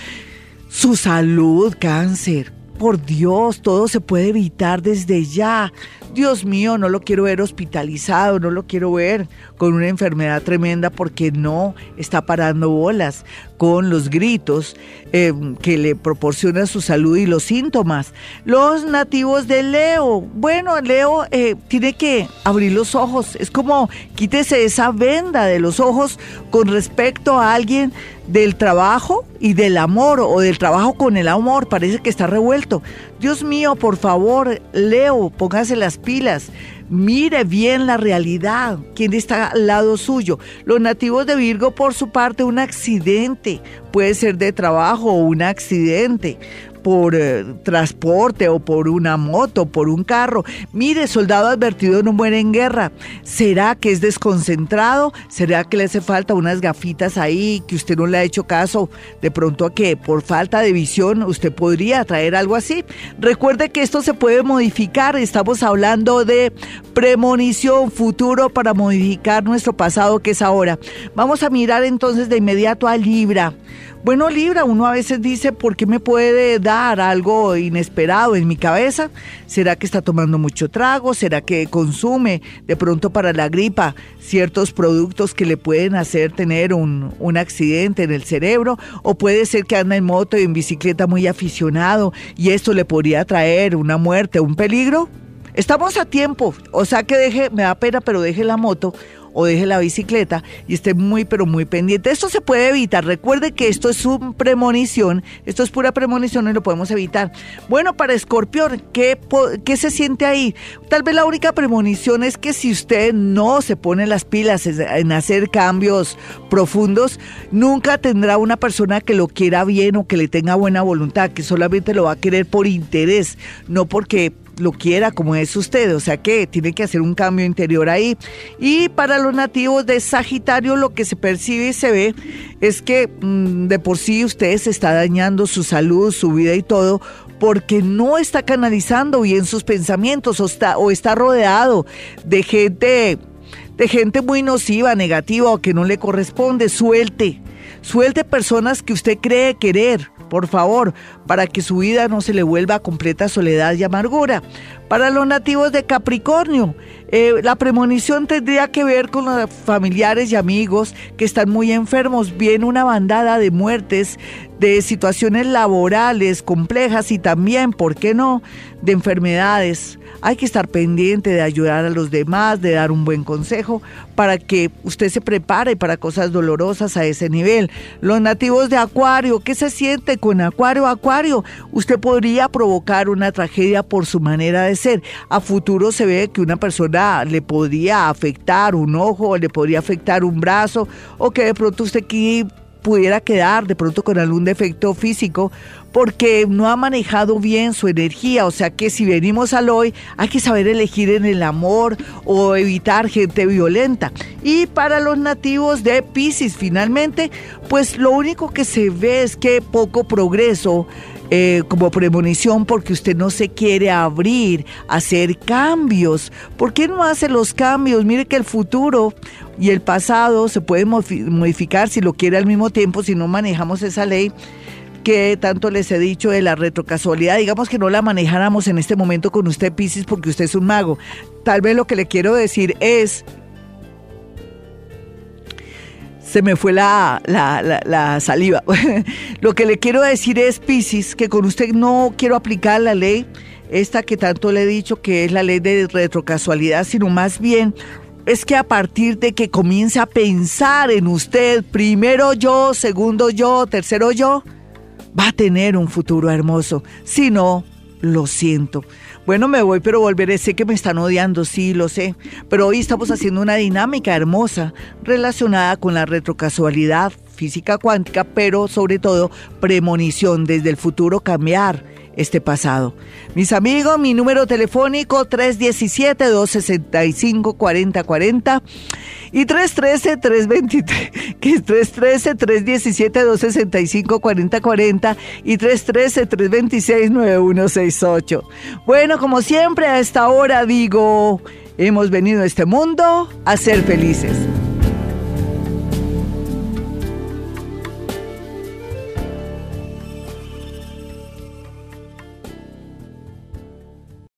su salud, Cáncer, por Dios, todo se puede evitar desde ya. Dios mío, no lo quiero ver hospitalizado, no lo quiero ver con una enfermedad tremenda porque no está parando bolas con los gritos eh, que le proporciona su salud y los síntomas. Los nativos de Leo, bueno, Leo eh, tiene que abrir los ojos, es como quítese esa venda de los ojos con respecto a alguien del trabajo y del amor, o del trabajo con el amor, parece que está revuelto. Dios mío, por favor, Leo, póngase las pilas. Mire bien la realidad, quién está al lado suyo. Los nativos de Virgo, por su parte, un accidente, puede ser de trabajo o un accidente por eh, transporte o por una moto, por un carro. Mire, soldado advertido no muere en guerra. ¿Será que es desconcentrado? ¿Será que le hace falta unas gafitas ahí que usted no le ha hecho caso? De pronto a que por falta de visión usted podría traer algo así. Recuerde que esto se puede modificar. Estamos hablando de premonición, futuro para modificar nuestro pasado, que es ahora. Vamos a mirar entonces de inmediato a Libra. Bueno, Libra, uno a veces dice, ¿por qué me puede dar algo inesperado en mi cabeza? ¿Será que está tomando mucho trago? ¿Será que consume de pronto para la gripa ciertos productos que le pueden hacer tener un, un accidente en el cerebro? ¿O puede ser que anda en moto y en bicicleta muy aficionado y esto le podría traer una muerte, un peligro? Estamos a tiempo, o sea que deje, me da pena, pero deje la moto o deje la bicicleta y esté muy pero muy pendiente. Esto se puede evitar. Recuerde que esto es una premonición, esto es pura premonición y lo podemos evitar. Bueno, para Escorpión, ¿qué, ¿qué se siente ahí? Tal vez la única premonición es que si usted no se pone las pilas en hacer cambios profundos, nunca tendrá una persona que lo quiera bien o que le tenga buena voluntad, que solamente lo va a querer por interés, no porque lo quiera como es usted, o sea que tiene que hacer un cambio interior ahí. Y para los nativos de Sagitario, lo que se percibe y se ve es que mmm, de por sí usted se está dañando su salud, su vida y todo, porque no está canalizando bien sus pensamientos o está, o está rodeado de gente, de gente muy nociva, negativa o que no le corresponde. Suelte, suelte personas que usted cree querer, por favor, para que su vida no se le vuelva a completa soledad y amargura. Para los nativos de Capricornio, eh, la premonición tendría que ver con los familiares y amigos que están muy enfermos. Viene una bandada de muertes, de situaciones laborales complejas y también, ¿por qué no?, de enfermedades. Hay que estar pendiente de ayudar a los demás, de dar un buen consejo para que usted se prepare para cosas dolorosas a ese nivel. Los nativos de Acuario, ¿qué se siente con Acuario? Acuario, usted podría provocar una tragedia por su manera de ser. A futuro se ve que una persona le podría afectar un ojo, le podría afectar un brazo, o que de pronto usted aquí pudiera quedar de pronto con algún defecto físico porque no ha manejado bien su energía. O sea que si venimos al hoy, hay que saber elegir en el amor o evitar gente violenta. Y para los nativos de Piscis, finalmente, pues lo único que se ve es que poco progreso, Eh, como premonición, porque usted no se quiere abrir a hacer cambios. ¿Por qué no hace los cambios? Mire que el futuro y el pasado se pueden modificar si lo quiere al mismo tiempo, si no manejamos esa ley que tanto les he dicho de la retrocasualidad. Digamos que no la manejáramos en este momento con usted, Piscis, porque usted es un mago. Tal vez lo que le quiero decir es... Se me fue la, la, la, la saliva. Lo que le quiero decir es, Piscis, que con usted no quiero aplicar la ley, esta que tanto le he dicho que es la ley de retrocasualidad, sino más bien es que a partir de que comience a pensar en usted, primero yo, segundo yo, tercero yo, va a tener un futuro hermoso. Si no, lo siento. Bueno, me voy, pero volveré. Sé que me están odiando, sí, lo sé. Pero hoy estamos haciendo una dinámica hermosa relacionada con la retrocasualidad, física cuántica, pero sobre todo premonición, desde el futuro cambiar este pasado. Mis amigos, mi número telefónico tres uno siete, dos seis cinco, cuatro cero cuatro cero y tres uno tres, tres dos tres, que es tres uno tres, tres uno siete, dos seis cinco, cuatro cero cuatro cero y tres uno tres, tres dos seis, nueve uno seis ocho. Bueno, como siempre a esta hora digo, hemos venido a este mundo a ser felices.